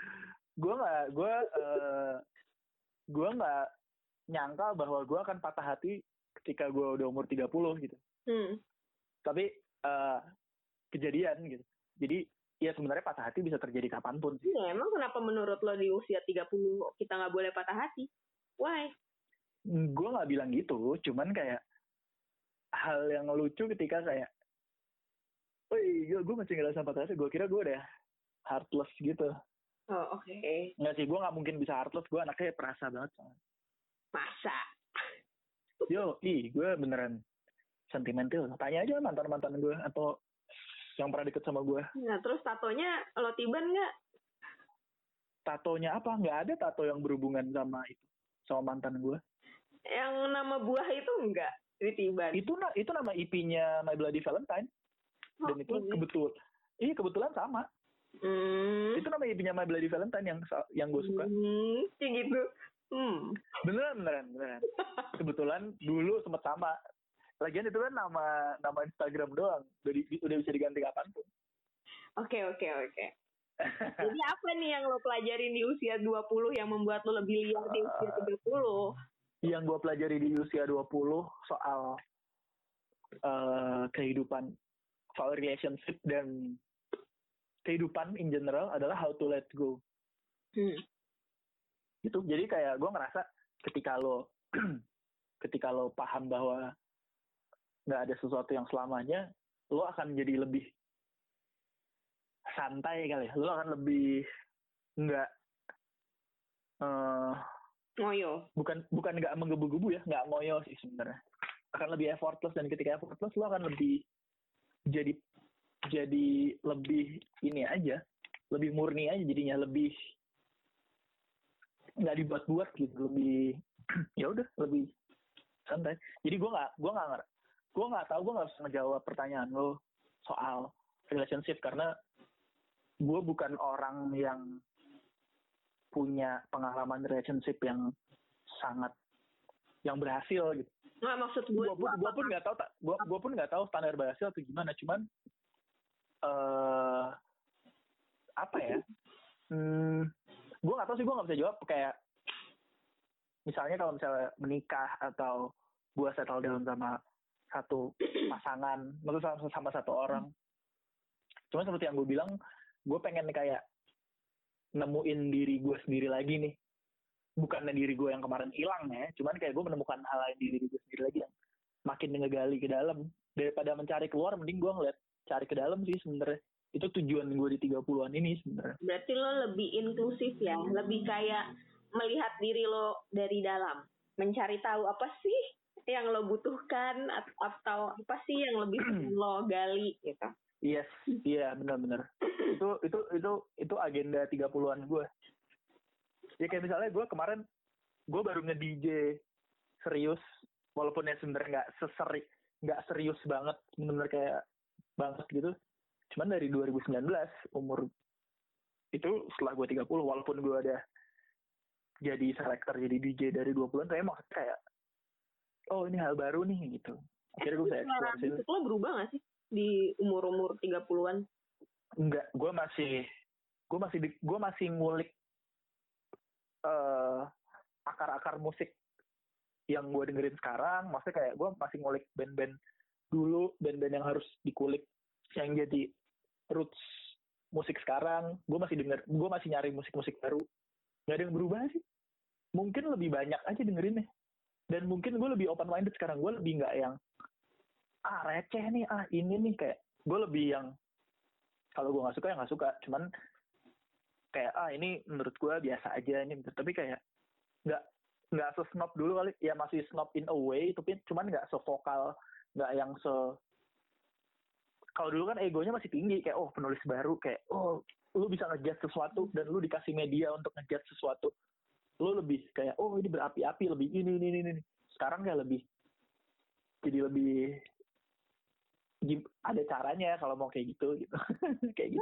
Gue nggak nyangka bahwa gue akan patah hati ketika gue udah umur 30 gitu. Tapi kejadian gitu. Jadi ya sebenarnya patah hati bisa terjadi kapanpun sih. Iya, emang kenapa menurut lo di usia 30 kita nggak boleh patah hati? Why? Gue nggak bilang gitu, cuman kayak hal yang lucu ketika kayak, gue masih ngerasa patah hati. Gue kira gue udah heartless gitu. Oh, oke. Nggak sih, gue nggak mungkin bisa heartless. Gue anaknya perasa banget. Masa? Gue beneran sentimental. Tanya aja mantan-mantan gue atau yang pernah deket sama gue. Nah, terus tatonya lo tiban nggak? Tatonya apa? Nggak ada tato yang berhubungan sama itu, sama mantan gue. Yang nama buah itu enggak ditiban? Itu nama IP-nya My Bloody Valentine. Dan itu kebetulan sama. Itu nama IP-nya My Bloody Valentine yang gue suka. Kayak gitu. Beneran. Kebetulan dulu sempet sama. Lagian itu kan nama Instagram doang. Udah bisa diganti kapanpun. Oke. Jadi apa nih yang lo pelajarin di usia 20 yang membuat lo lebih liar di usia 30? Yang gue pelajari di usia 20 soal kehidupan, soal relationship dan kehidupan in general adalah how to let go. Gitu. Jadi kayak gue ngerasa ketika lo paham bahwa nggak ada sesuatu yang selamanya, lo akan jadi lebih santai kali ya. Lo akan lebih nggak ngoyo. Bukan nggak menggebu-gebu ya, nggak ngoyo sih sebenarnya. Akan lebih effortless, dan ketika effortless lo akan lebih jadi lebih ini aja, lebih murni aja jadinya, lebih nggak dibuat-buat gitu, lebih ya udah lebih santai. Jadi gue nggak tahu, gue nggak bisa ngejawab pertanyaan lo soal relationship karena gue bukan orang yang punya pengalaman relationship yang berhasil gitu. Nggak, maksud gue pun nggak tahu standar berhasil atau gimana, cuman apa ya, gue nggak tahu sih, gue nggak bisa jawab kayak misalnya kalau misalnya menikah atau gue settle down sama satu pasangan, maksudnya sama satu orang. Cuma seperti yang gue bilang, gue pengen kayak nemuin diri gue sendiri lagi nih. Bukannya diri gue yang kemarin hilang ya, cuman kayak gue menemukan hal lain di diri gue sendiri lagi yang makin ngegali ke dalam. Daripada mencari keluar, mending gue ngeliat cari ke dalam sih sebenarnya. Itu tujuan gue di 30-an ini sebenarnya. Berarti lo lebih inklusif ya, lebih kayak melihat diri lo dari dalam, mencari tahu apa sih yang lo butuhkan atau apa sih yang lebih lo gali gitu. Yes, iya benar-benar. Itu agenda 30-an gue. Ya kayak misalnya gue kemarin gue baru nge-DJ serius, walaupun ya sebenarnya nggak serius banget, benar-benar kayak banget gitu. Cuman dari 2019 umur itu setelah gue 30, walaupun gue ada jadi selector, jadi DJ dari 20-an, saya maksudnya kayak oh ini hal baru nih gitu. Akhirnya gue bisa explore sih. Itu lo berubah gak sih di umur 30-an? Enggak, gue masih ngulik akar-akar musik yang gue dengerin sekarang. Maksudnya kayak gue masih ngulik band-band dulu, band-band yang harus dikulik yang jadi roots musik sekarang. Gue masih nyari musik-musik baru. Gak ada yang berubah sih. Mungkin lebih banyak aja dengerinnya. Dan mungkin gue lebih open minded sekarang. Gue lebih nggak yang receh nih, ini nih, kayak gue lebih yang kalau gue nggak suka ya nggak suka. Cuman kayak ini menurut gue biasa aja ini. Tapi kayak nggak se-snob dulu kali. Ya masih snob in a way, tapi cuman nggak se-vokal, nggak yang kalau dulu kan egonya masih tinggi, kayak penulis baru, kayak lu bisa ngejudge sesuatu dan lu dikasih media untuk ngejudge sesuatu, lu lebih kayak ini berapi-api, lebih ini. Sekarang kayak jadi lebih ada caranya kalau mau kayak gitu kayak gitu sih.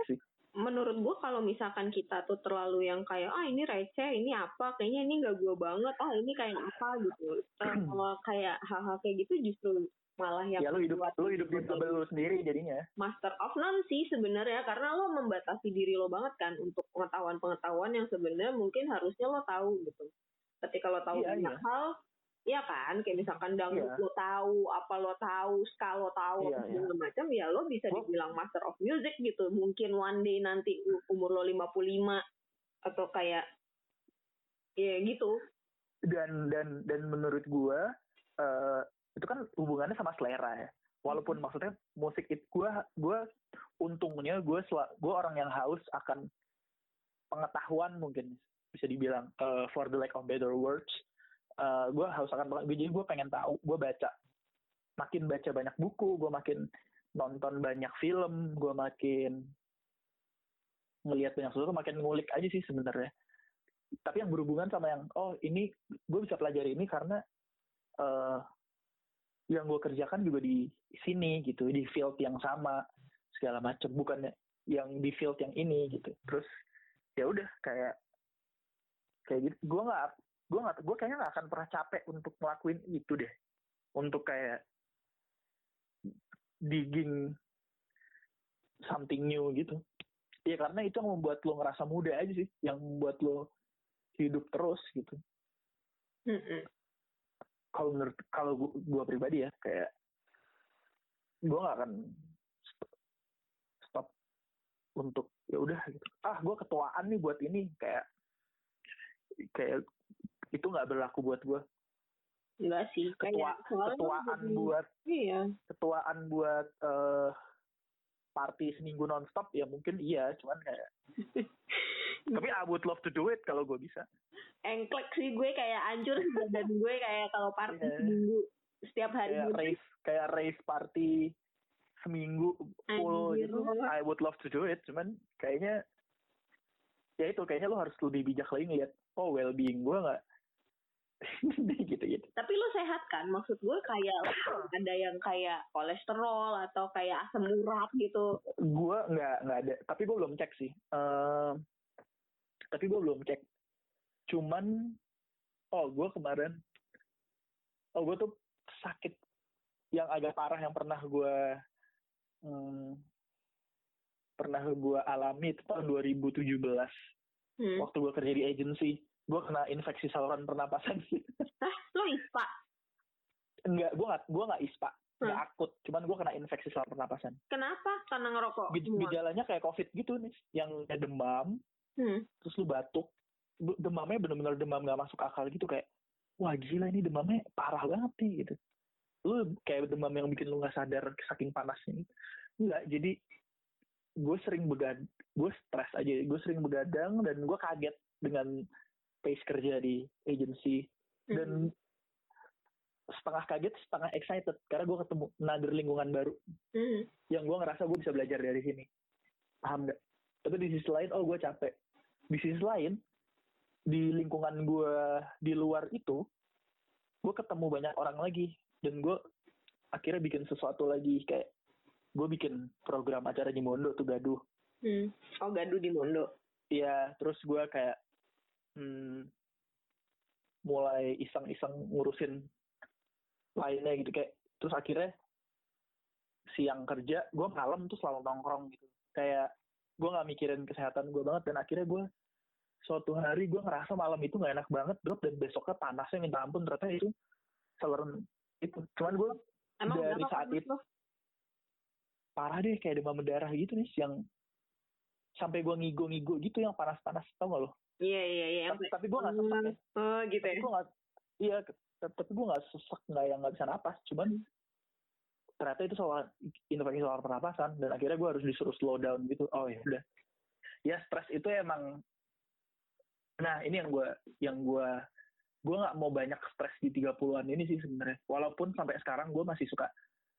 menurut gue kalau misalkan kita tuh terlalu yang kayak ini receh, ini apa, kayaknya ini nggak gue banget, ini kayak apa gitu. Kayak hal-hal kayak gitu justru malah yang ya lu hidup di bubble lu sendiri jadinya. Master of none sih sebenarnya, karena lo membatasi diri lo banget kan untuk pengetahuan yang sebenarnya mungkin harusnya lo tahu gitu. Ketika lo tahu banyak hal, ya kan, kayak misalkan dangdut lo tahu, apa lo tahu, ska lo tahu, segala macam, ya lo bisa dibilang master of music gitu. Mungkin one day nanti umur lo 55 atau kayak ya gitu. Dan menurut gue itu kan hubungannya sama selera ya. Walaupun maksudnya musik itu gue untungnya gue orang yang haus akan pengetahuan, mungkin bisa dibilang for the lack of better words. Gue haus akan jadi gue pengen tahu, gue makin baca banyak buku, gue makin nonton banyak film, gue makin ngelihat banyak sesuatu, makin ngulik aja sih sebenarnya. Tapi yang berhubungan sama yang ini gue bisa pelajari ini karena yang gue kerjakan juga di sini gitu, di field yang sama segala macam, bukannya yang di field yang ini gitu. Terus ya udah kayak gitu. Gue kayaknya nggak akan pernah capek untuk ngelakuin itu deh, untuk kayak digging something new gitu. Ya karena itu yang membuat lo ngerasa muda aja sih, yang membuat lo hidup terus gitu. Kalau gue pribadi ya, kayak gue nggak akan stop untuk ya udah gitu. Gue ketuaan nih buat ini, kayak itu nggak berlaku buat gue. Enggak sih. Ketuaan buat party seminggu nonstop ya mungkin iya, cuman kayak tapi I would love to do it kalau gue bisa. Engklek sih gue, kayak hancur badan gue kayak kalau party seminggu setiap hari. Kayak rave party seminggu full gitu. I would love to do it, cuman kayaknya ya itu, kayaknya lo harus lebih bijak lagi ngeliat well-being gue nggak gitu. Tapi lo sehat kan? Maksud gue kayak ada yang kayak kolesterol atau kayak asam urat gitu. Gue nggak ada, tapi gue belum cek sih. Cuman gue kemarin gue tuh sakit yang agak parah yang pernah gue alami itu tahun 2017. Waktu gue kerja di agency, gue kena infeksi saluran pernapasan. Hah? Lo ISPA? Enggak, gue nggak ISPA, nggak akut, cuman gue kena infeksi saluran pernapasan. Kenapa? Karena ngerokok. Gejalanya kayak COVID gitu nih, yang kayak demam, terus lu batuk, demamnya benar-benar demam nggak masuk akal gitu, kayak wah gila ini demamnya parah banget nih gitu. Lu kayak demam yang bikin lu nggak sadar saking panasnya. Enggak, jadi gue stres aja, gue sering begadang dan gue kaget dengan pace kerja di agency, dan setengah kaget setengah excited karena gue ketemu another lingkungan baru yang gue ngerasa gue bisa belajar dari sini, paham nggak? Tapi di sisi lain gue capek, di sisi lain di lingkungan gue di luar itu gue ketemu banyak orang lagi, dan gue akhirnya bikin sesuatu lagi, kayak gue bikin program acara di Mondo tuh, Gaduh. Gaduh di Mondo. Iya, terus gue kayak mulai iseng-iseng ngurusin lainnya gitu, kayak terus akhirnya siang kerja gue malam tuh selalu nongkrong gitu, kayak gue nggak mikirin kesehatan gue banget, dan akhirnya gue suatu hari gue ngerasa malam itu nggak enak banget drop, dan besoknya panasnya minta ampun, ternyata itu saluran itu. Cuman gue dari saat itu parah deh, kayak demam berdarah gitu nih, yang sampai gue ngigo gitu, yang panas-panas, tau gak lo? Iya. Tapi gue nggak sesak ya. Gitu ya. Tapi gue nggak sesak, nggak bisa napas. Cuman ternyata itu infeksi saluran pernapasan, dan akhirnya gue harus disuruh slow down gitu. Oh ya udah. Ya stres itu emang. Nah ini yang gue nggak mau banyak stres di 30-an ini sih sebenarnya. Walaupun sampai sekarang gue masih suka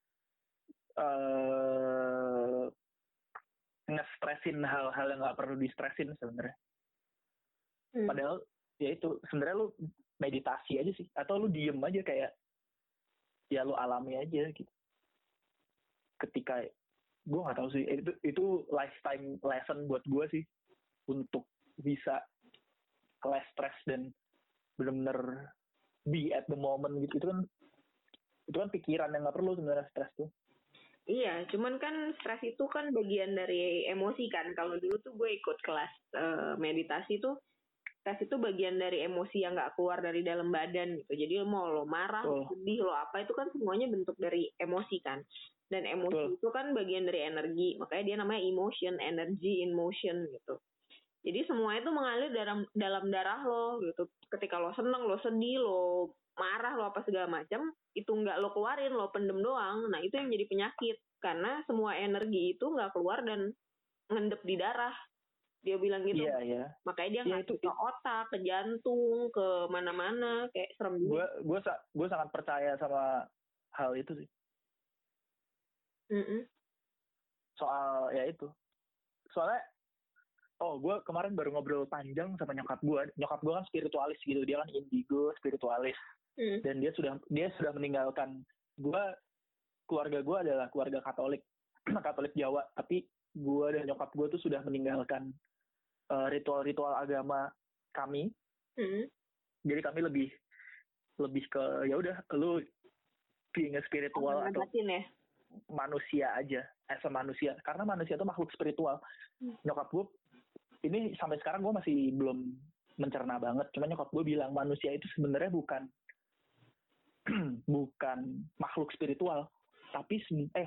nge-stressin hal-hal yang nggak perlu di-stressin sebenarnya. Padahal ya itu sebenarnya lu meditasi aja sih, atau lu diem aja, kayak ya lu alami aja gitu. Ketika gue nggak tahu sih, itu lifetime lesson buat gue sih untuk bisa less stress dan benar-benar be at the moment gitu. Itu kan pikiran yang nggak perlu sebenarnya, stres tuh. Iya, cuman kan stres itu kan bagian dari emosi kan. Kalau dulu tuh gue ikut kelas meditasi tuh, stres itu bagian dari emosi yang nggak keluar dari dalam badan gitu. Jadi mau lo marah, lo sedih, lo apa, itu kan semuanya bentuk dari emosi kan. Dan emosi itu kan bagian dari energi. Makanya dia namanya emotion, energy in motion gitu. Jadi semua itu mengalir dalam darah lo gitu. Ketika lo seneng, lo sedih, lo marah, lo apa segala macam, itu nggak lo keluarin, lo pendem doang. Nah itu yang jadi penyakit. Karena semua energi itu nggak keluar dan ngendep di darah. Dia bilang gitu. Iya. Makanya dia ngasih ke otak, ke jantung, ke mana-mana. Kayak serem juga. Gue sangat percaya sama hal itu sih. Soal ya itu. Soalnya gue kemarin baru ngobrol panjang sama nyokap gue. Nyokap gue kan spiritualis gitu, dia kan indigo, spiritualis. Dan dia sudah meninggalkan gue. Keluarga gue adalah keluarga Katolik, Katolik Jawa. Tapi gue dan nyokap gue tuh sudah meninggalkan ritual-ritual agama kami. Jadi kami lebih ke ya udah lu being a spiritual atau manusia aja, as a manusia. Karena manusia itu makhluk spiritual. Nyokap gue ini sampai sekarang gue masih belum mencerna banget. Cuma nyokap gue bilang manusia itu sebenarnya bukan makhluk spiritual, tapi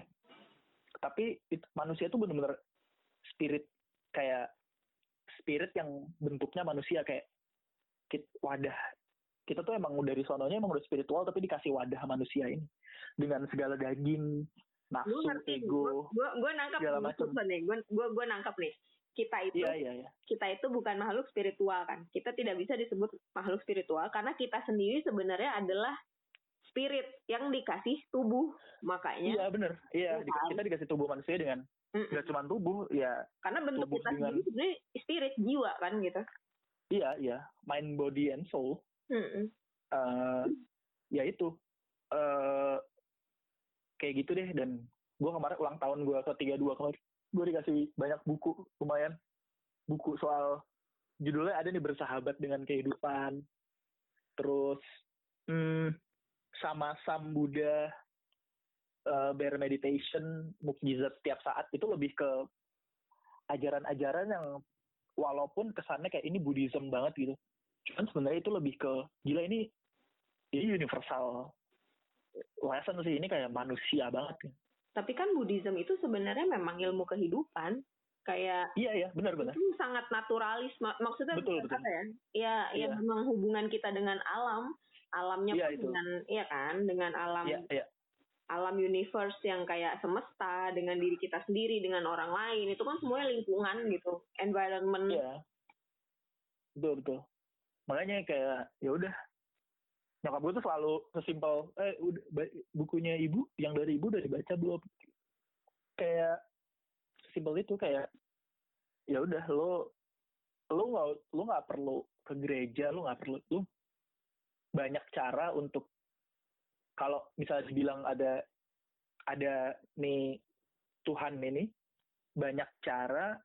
manusia itu benar-benar spirit, kayak spirit yang bentuknya manusia, kayak wadah. Kita tuh emang dari sononya emang udah spiritual, tapi dikasih wadah manusia ini dengan segala daging, nafsu, ego, gue nangkap segala macam. Gue nangkap nih. Kita itu bukan makhluk spiritual kan. Kita tidak bisa disebut makhluk spiritual karena kita sendiri sebenarnya adalah spirit yang dikasih tubuh. Makanya iya benar. Iya, kita dikasih tubuh manusia dengan nggak cuma tubuh ya. Karena bentuk kita sendiri sebenarnya spirit, jiwa kan gitu. Iya, mind, body, and soul. Ya itu kayak gitu deh. Dan gue kemarin ulang tahun gue ke-32 kemarin, gue dikasih banyak buku, lumayan buku soal, judulnya ada nih, Bersahabat dengan Kehidupan, terus sama Sam Buddha, Bear Meditation, Mukjizat Setiap Saat. Itu lebih ke ajaran-ajaran yang walaupun kesannya kayak ini Buddhism banget gitu, cuman sebenarnya itu lebih ke gila, ini universal lesson sih, ini kayak manusia banget ya. Tapi kan Buddhism itu sebenarnya memang ilmu kehidupan, kayak iya benar. Itu sangat naturalis, maksudnya betul. Ya memang hubungan kita dengan alamnya pun itu. dengan alam. Alam universe yang kayak semesta, dengan diri kita sendiri, dengan orang lain, itu kan semuanya lingkungan gitu, environment. Iya. Betul. Makanya kayak ya udah, nyokap gue tuh selalu sesimpel bukunya ibu, yang dari ibu udah dibaca belum, kayak simpel itu, kayak ya udah, lo nggak perlu ke gereja, lo banyak cara untuk, kalau misalnya dibilang ada nih Tuhan ini, banyak cara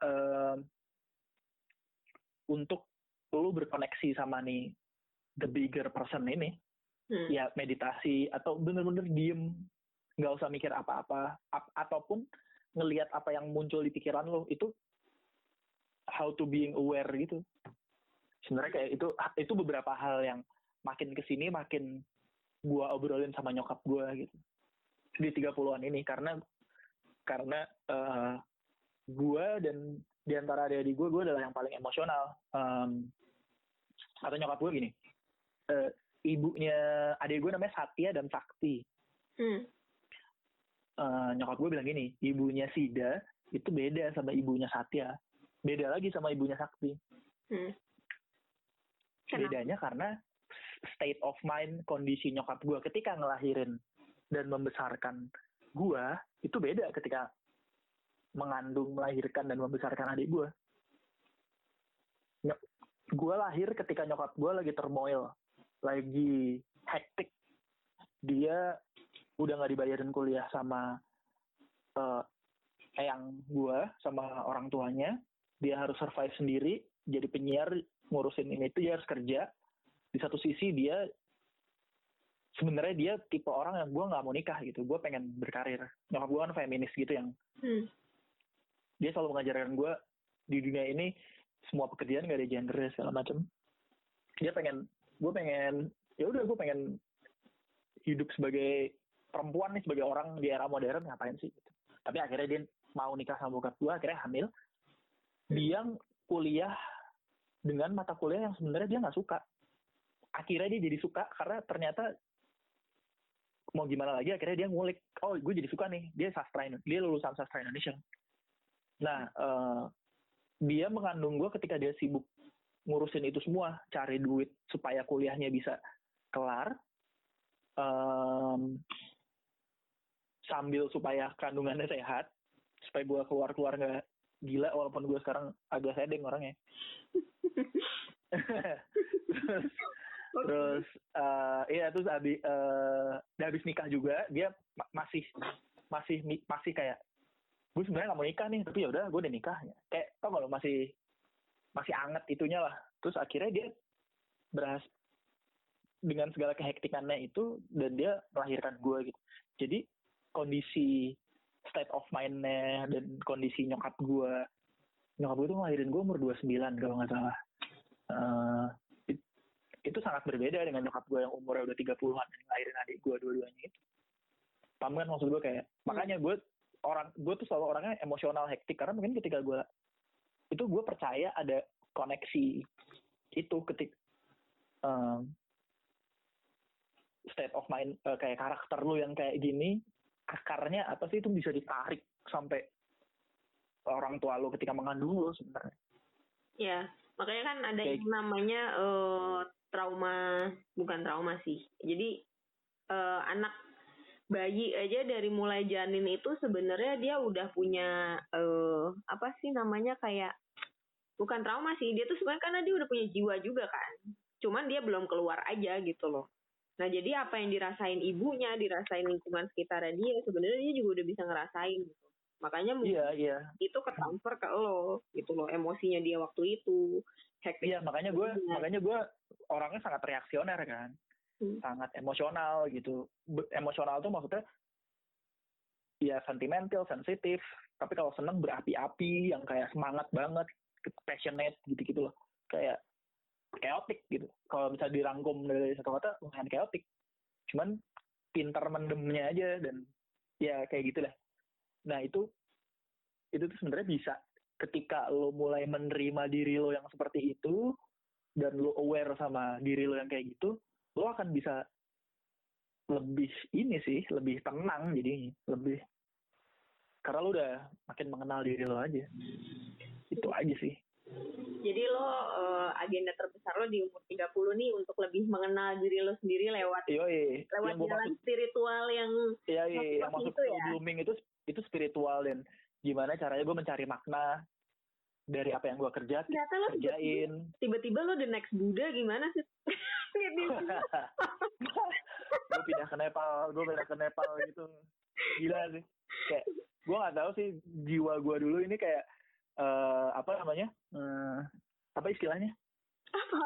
untuk lo berkoneksi sama nih the bigger person ini. Ya meditasi atau bener-bener diem, nggak usah mikir apa-apa, ataupun ngelihat apa yang muncul di pikiran lo, itu how to being aware gitu. Sebenarnya kayak itu beberapa hal yang makin kesini makin gue obrolin sama nyokap gue gitu di 30-an ini, karena gue dan diantara adik-adik gue adalah yang paling emosional. Atau nyokap gue gini, ibunya adik gue namanya Satya dan Sakti. Nyokap gue bilang gini, ibunya Sida itu beda sama ibunya Satya, beda lagi sama ibunya Sakti. Bedanya karena state of mind, kondisi nyokap gue ketika ngelahirin dan membesarkan gue itu beda ketika mengandung, melahirkan, dan membesarkan adik gue. Gue lahir ketika nyokap gue lagi turmoil, lagi hektik. Dia udah nggak dibayarin kuliah sama eyang gue sama orang tuanya. Dia harus survive sendiri, jadi penyiar, ngurusin ini itu, dia harus kerja. Di satu sisi dia sebenarnya dia tipe orang yang gue nggak mau nikah gitu, gue pengen berkarir. Nyokap gue kan feminis gitu yang dia selalu mengajarkan gue di dunia ini semua pekerjaan gak ada gender segala macam. Gue pengen ya udah, gue pengen hidup sebagai perempuan nih, sebagai orang di era modern, ngapain sih gitu. Tapi akhirnya dia mau nikah sama bokap gue, akhirnya hamil. Dia kuliah dengan mata kuliah yang sebenarnya dia nggak suka. Akhirnya dia jadi suka karena ternyata mau gimana lagi, akhirnya dia ngulik, oh gue jadi suka nih, dia lulusan sastra Indonesia. Nah, dia mengandung gue ketika dia sibuk ngurusin itu semua, cari duit supaya kuliahnya bisa kelar, sambil supaya kandungannya sehat, supaya gue keluar nggak gila, walaupun gue sekarang agak sedeng orangnya. Terus habis nikah juga dia masih kayak, gue sebenarnya nggak mau nikah nih, tapi ya udah gue udah nikah, kayak tau gak lo, masih anget itunya lah. Terus akhirnya dia berhasil dengan segala kehektikannya itu, dan dia melahirkan gue gitu. Jadi kondisi state of mind-nya dan kondisi nyokap gue tuh ngelahirin gue umur 29 kalau nggak salah. Itu sangat berbeda dengan nyokap gue yang umurnya udah 30-an yang ngelahirin adik gue dua-duanya itu. Paham kan maksud gue? Kayak makanya gue tuh selalu orangnya emosional, hektik, karena mungkin ketika gue percaya ada koneksi itu ketika state of mind, kayak karakter lu yang kayak gini, akarnya apa sih, itu bisa ditarik sampai orang tua lu ketika mengandung lu sebenarnya. Ya, makanya kan ada yang namanya bukan trauma sih. Jadi anak bayi aja dari mulai janin itu sebenarnya dia udah punya apa sih namanya, kayak bukan trauma sih, dia tuh sebenarnya karena dia udah punya jiwa juga kan. Cuman dia belum keluar aja gitu loh. Nah, jadi apa yang dirasain ibunya, dirasain lingkungan sekitarnya dia, sebenarnya dia juga udah bisa ngerasain gitu. Makanya itu ketransfer ke lo gitu loh, emosinya dia waktu itu. Iya, makanya gue orangnya sangat reaksioner kan. Sangat emosional gitu. Emosional tuh maksudnya ya sentimental, sensitif, tapi kalau seneng berapi-api, yang kayak semangat banget, passionate gitu-gitu loh. Kayak chaotic gitu. Kalau bisa dirangkum dari satu kata, lumayan chaotic. Cuman pintar mendemnya aja, dan ya kayak gitulah. Nah, itu tuh sebenarnya bisa ketika lo mulai menerima diri lo yang seperti itu, dan lo aware sama diri lo yang kayak gitu, lo akan bisa lebih tenang, jadi lebih, karena lo udah makin mengenal diri lo aja. Itu aja sih. Jadi lo agenda terbesar lo di umur 30 nih untuk lebih mengenal diri lo sendiri lewat jalan spiritual yang maksud itu ya. Blooming itu spiritual, dan gimana caranya gue mencari makna dari apa yang gue kerjain. Tiba-tiba lo the next Buddha gimana sih? Gue pindah ke Nepal gitu. Gila sih. Kayak gue nggak tahu sih, jiwa gue dulu ini kayak apa namanya? Apa istilahnya? Apa?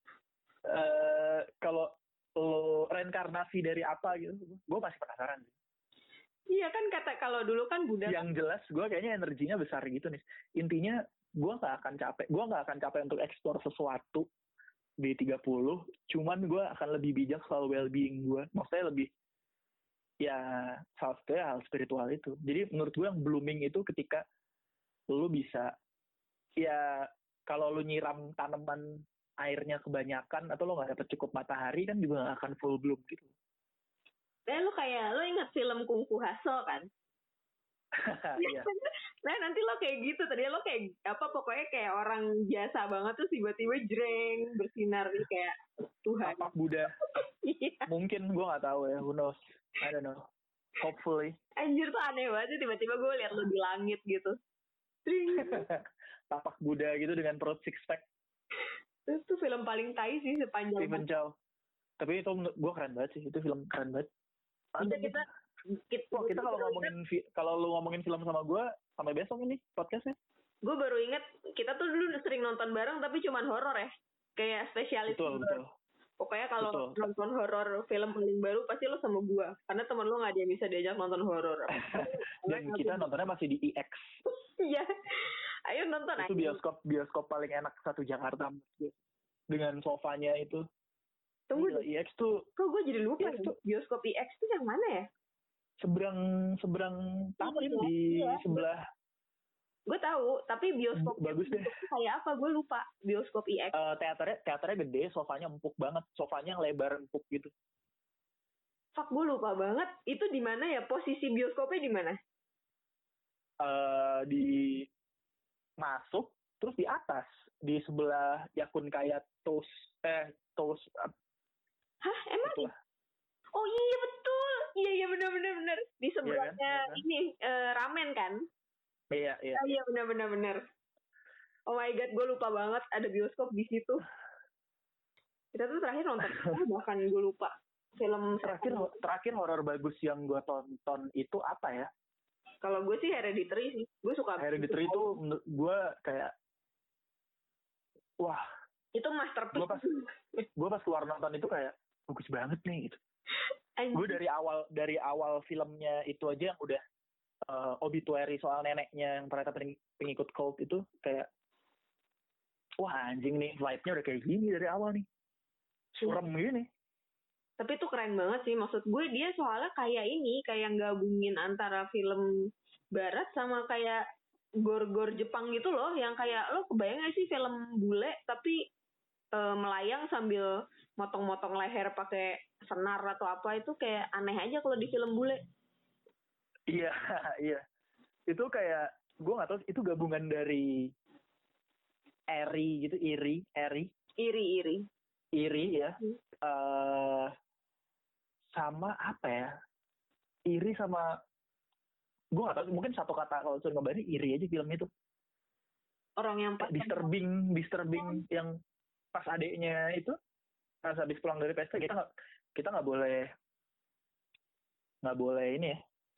Kalau lo reinkarnasi dari apa gitu, gue masih penasaran sih. Iya kan, kata kalau dulu kan Buddha. Yang jelas gue kayaknya energinya besar gitu nih. Intinya gue nggak akan capek untuk explore sesuatu di 30. Cuman gue akan lebih bijak soal well-being gue. Maksudnya lebih, ya salah satunya hal spiritual itu. Jadi menurut gue yang blooming itu ketika lu bisa, ya kalau lu nyiram tanaman airnya kebanyakan atau lu nggak dapet cukup matahari kan juga nggak akan full bloom gitu. Lo ingat film Kung Fu Hustle kan? Iya. Nah nanti lo kayak gitu, tadi lo kayak apa, pokoknya kayak orang biasa banget tuh tiba-tiba jreng bersinar nih kayak Tuhan. Tapak Buddha. Mungkin gue nggak tahu ya, who knows, I don't know. Hopefully. Anjir tuh aneh banget sih, tiba-tiba gue liat lo di langit gitu. Tapak Buddha gitu dengan perut six pack. Itu film paling tai sih sepanjang. Stephen Chow. Tapi itu gue keren banget sih, itu film keren banget. Kita kalau ngomongin lu ngomongin film sama gue, sampai besok ini podcastnya. Gue baru inget kita tuh dulu sering nonton bareng tapi cuman horor ya, kayak spesialis. Betul. Pokoknya kalau nonton horor film paling baru pasti lo sama gue, karena teman lo nggak ada yang bisa diajak nonton horor. Dan kita nontonnya masih di IX. Iya, ayo nonton. Itu bioskop paling enak satu Jakarta dengan sofanya itu. Tunggu, IX tuh. Kok gue jadi lupa tuh. Bioskop IX tuh yang mana ya? Seberang Tamrin di sebelah. Gue tahu, tapi bioskop bagus deh. Kayak apa? Gue lupa. Bioskop IX. Teaternya gede, sofanya empuk banget. Sofanya yang lebar empuk gitu. Fuck, gue lupa banget. Itu di mana ya? Posisi bioskopnya di mana? Di masuk, terus di atas, di sebelah Yakun Kaya Toast. Hah, emang? Itulah. Oh iya betul. Iya benar. Di sebelahnya kan? Ini ramen kan? Iya. Iya benar. Oh my god, gue lupa banget ada bioskop di situ. Kita tuh terakhir nonton bahkan gue lupa film terakhir horor bagus yang gue tonton itu apa ya? Kalau gue sih Hereditary sih. Gue suka. Hereditary itu gue kayak wah. Itu masterpiece. Gue pas keluar nonton itu kayak bagus banget nih gitu. Gue dari awal filmnya itu aja yang udah obituary soal neneknya yang ternyata pengikut cult itu kayak wah anjing nih vibe-nya udah kayak gini dari awal nih. Surem gini. Tapi itu keren banget sih, maksud gue dia soalnya kayak gabungin antara film barat sama kayak gore-gore Jepang gitu loh, yang kayak lo kebayang gak sih film bule tapi melayang sambil motong-motong leher pakai senar atau apa, itu kayak aneh aja kalau di film bule. Iya. Itu kayak gue nggak tahu itu gabungan dari iri ya. Sama apa ya? Iri sama gue nggak tahu, mungkin satu kata kalau suruh ngebanding iri aja film itu. Orang yang pas disturbing yang pas adeknya itu pas habis pulang dari pesta kita nggak boleh ini ya.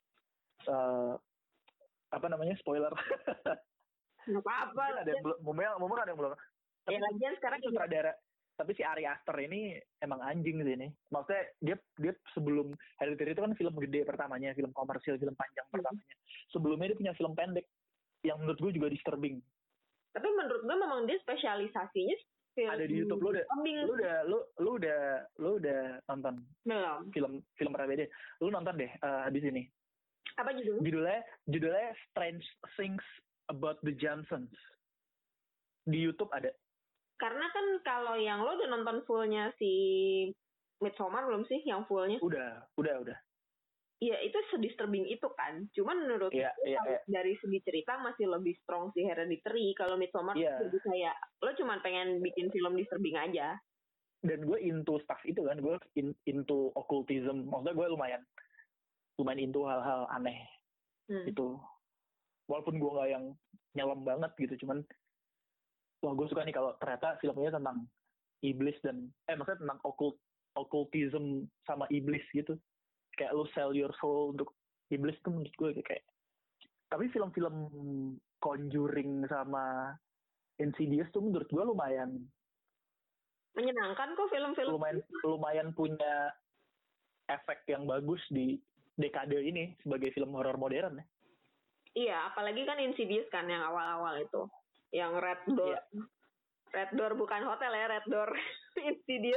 Apa namanya spoiler? Nggak apa-apa. Ada yang belum ada yang belum. Tapi lagian sekarang sutradara. Tapi si Ari Aster ini emang anjing sih ini. Maksudnya dia sebelum Hereditary itu kan film gede pertamanya, film komersil, film panjang pertamanya. Sebelumnya dia punya film pendek yang menurut gue juga disturbing. Tapi menurut gue memang dia spesialisasinya film. Ada di YouTube lu udah nonton? Belum. Film berbeda. Lu nonton deh habis ini. Apa judulnya? Judulnya Strange Things About the Johnsons. Di YouTube ada. Karena kan kalau yang lo udah nonton fullnya si Midsommar belum sih? Yang fullnya? Udah. Iya, itu disturbing itu kan. Cuman menurut gue dari segi cerita masih lebih strong si Hereditary. Kalau Midsommar jadi kayak lo cuman pengen bikin film disturbing aja. Dan gue into stuff itu kan, gue into occultism. Maksudnya gue lumayan into hal-hal aneh itu. Walaupun gue nggak yang nyelam banget gitu, cuman wah gue suka nih kalau ternyata filmnya tentang iblis dan maksudnya tentang occultism sama iblis gitu. Kayak lu sell your soul untuk iblis tuh menurut gue kayak. Tapi film-film Conjuring sama Insidious tuh menurut gue lumayan menyenangkan kok film-film. Lumayan punya efek yang bagus di dekade ini sebagai film horor modern ya. Iya, apalagi kan Insidious kan yang awal-awal itu. Yang Red Door. Yeah. Red Door bukan hotel ya, Red Door. Insidious.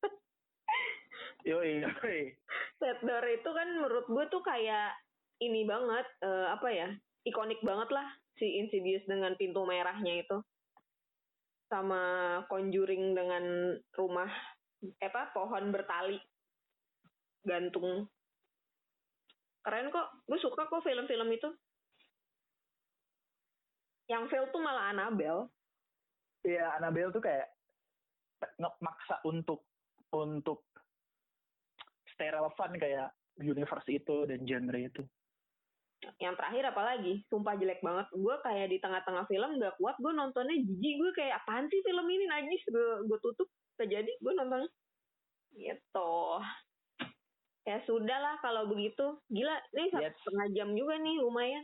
Yoi. Red Door itu kan menurut gue tuh kayak ini banget, ikonik banget lah si Insidious dengan pintu merahnya itu. Sama Conjuring dengan rumah, pohon bertali. Gantung. Keren kok, gue suka kok film-film itu. Yang fail tuh malah Annabelle. Iya, Annabelle tuh kayak maksa untuk stay relevan kayak universe itu dan genre itu. Yang terakhir apalagi, sumpah jelek banget. Gue kayak di tengah-tengah film gak kuat, gue nontonnya jijik. Gue kayak apaan sih film ini najis. Gue tutup, gak jadi gue nontonnya. Gitu. Ya sudah lah kalau begitu. Gila, nih Yes. 1,5 jam juga nih, lumayan.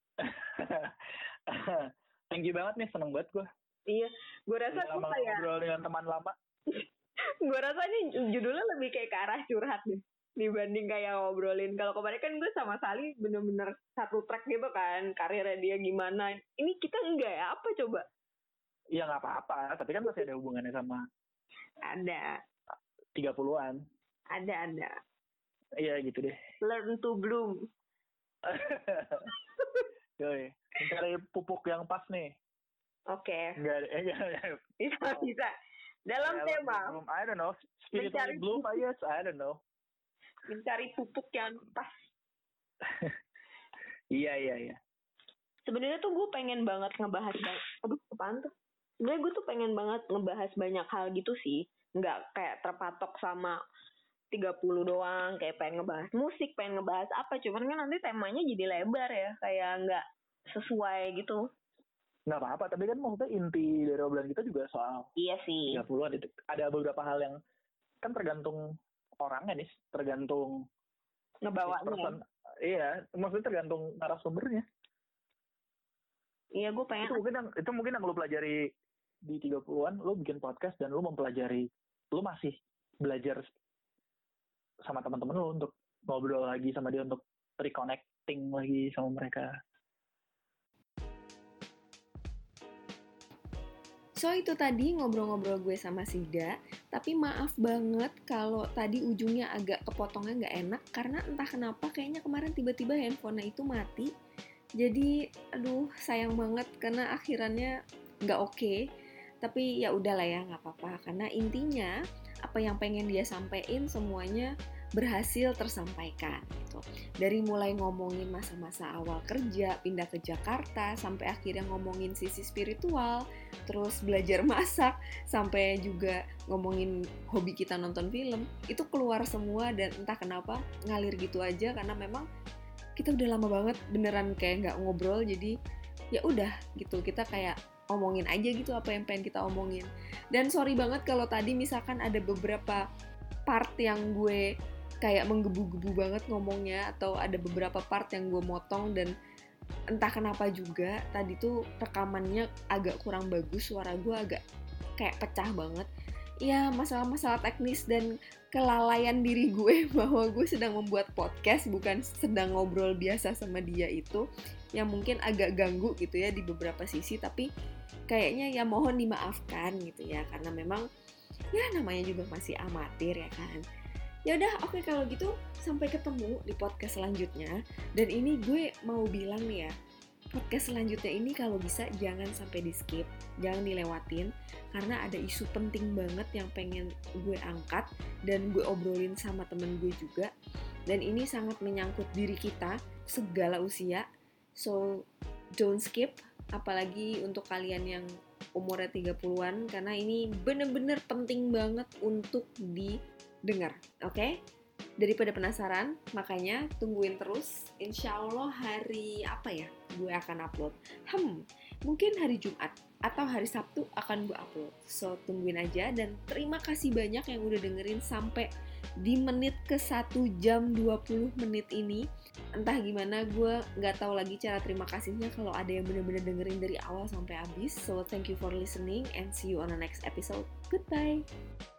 Thank you banget nih, seneng banget gue. Iya, gue rasa Udah gue lama kayak, ngobrol dengan teman lama. gue rasa nih judulnya lebih kayak ke arah curhat deh dibanding kayak ngobrolin. Kalau kemarin kan gue sama Sali bener-bener satu track gitu kan, karirnya dia gimana. Ini kita enggak ya, apa coba? Iya nggak apa-apa, tapi kan masih ada hubungannya sama Ada, 30-an. ada. Iya gitu deh. Learn to bloom. Yoi, mencari pupuk yang pas nih. Oke, Enggak. bisa. Dalam tema, Bloom, I don't know. Spiritually Mencari bloom, I guess. I don't know. mencari pupuk yang pas. Iya. Sebenarnya tuh gue pengen banget ngebahas apaan tuh? Sebenarnya gue tuh pengen banget ngebahas banyak hal gitu sih. Nggak kayak terpatok sama 30 doang, kayak pengen ngebahas musik, pengen ngebahas apa, cuman kan nanti temanya jadi lebar ya, kayak nggak sesuai gitu. Nggak apa-apa, tapi kan maksudnya inti dari obrolan kita juga soal Iya sih. 30-an itu. Ada beberapa hal yang kan tergantung orangnya nih, tergantung Ngebawanya. Iya, maksudnya tergantung narasumbernya. Iya, gue pengen. Itu mungkin yang lu pelajari di 30-an, lu bikin podcast dan lu mempelajari, lu masih belajar sama teman-teman lu untuk ngobrol lagi sama dia, untuk reconnecting lagi sama mereka. So itu tadi ngobrol-ngobrol gue sama Sida, tapi maaf banget kalau tadi ujungnya agak kepotongnya nggak enak, karena entah kenapa kayaknya kemarin tiba-tiba handphonenya itu mati. Jadi aduh sayang banget karena akhirannya nggak oke. Tapi ya udahlah ya, nggak apa-apa, karena intinya apa yang pengen dia sampein semuanya berhasil tersampaikan gitu. Dari mulai ngomongin masa-masa awal kerja, pindah ke Jakarta, sampai akhirnya ngomongin sisi spiritual, terus belajar masak, sampai juga ngomongin hobi kita nonton film, itu keluar semua dan entah kenapa ngalir gitu aja, karena memang kita udah lama banget beneran kayak nggak ngobrol, jadi ya udah gitu, kita kayak omongin aja gitu apa yang pengen kita omongin. Dan sorry banget kalau tadi misalkan ada beberapa part yang gue kayak menggebu-gebu banget ngomongnya, atau ada beberapa part yang gue motong dan entah kenapa juga tadi tuh rekamannya agak kurang bagus, suara gue agak kayak pecah banget. Ya masalah-masalah teknis dan kelalaian diri gue bahwa gue sedang membuat podcast bukan sedang ngobrol biasa sama dia itu yang mungkin agak ganggu gitu ya di beberapa sisi, tapi kayaknya ya mohon dimaafkan gitu ya, karena memang ya namanya juga masih amatir ya kan. Ya udah, oke kalau gitu sampai ketemu di podcast selanjutnya. Dan ini gue mau bilang nih ya, podcast selanjutnya ini kalau bisa jangan sampai di skip, jangan dilewatin, karena ada isu penting banget yang pengen gue angkat dan gue obrolin sama temen gue juga. Dan ini sangat menyangkut diri kita segala usia, so don't skip, apalagi untuk kalian yang umurnya 30-an, karena ini bener-bener penting banget untuk didengar, oke? Daripada penasaran, makanya tungguin terus. Insya Allah hari apa ya gue akan upload? Mungkin hari Jumat atau hari Sabtu akan gue upload. So tungguin aja, dan terima kasih banyak yang udah dengerin sampai di menit ke 1 jam 20 menit ini. Entah gimana, gue gak tahu lagi cara terima kasihnya kalau ada yang benar-benar dengerin dari awal sampai habis. So thank you for listening and see you on the next episode. Goodbye.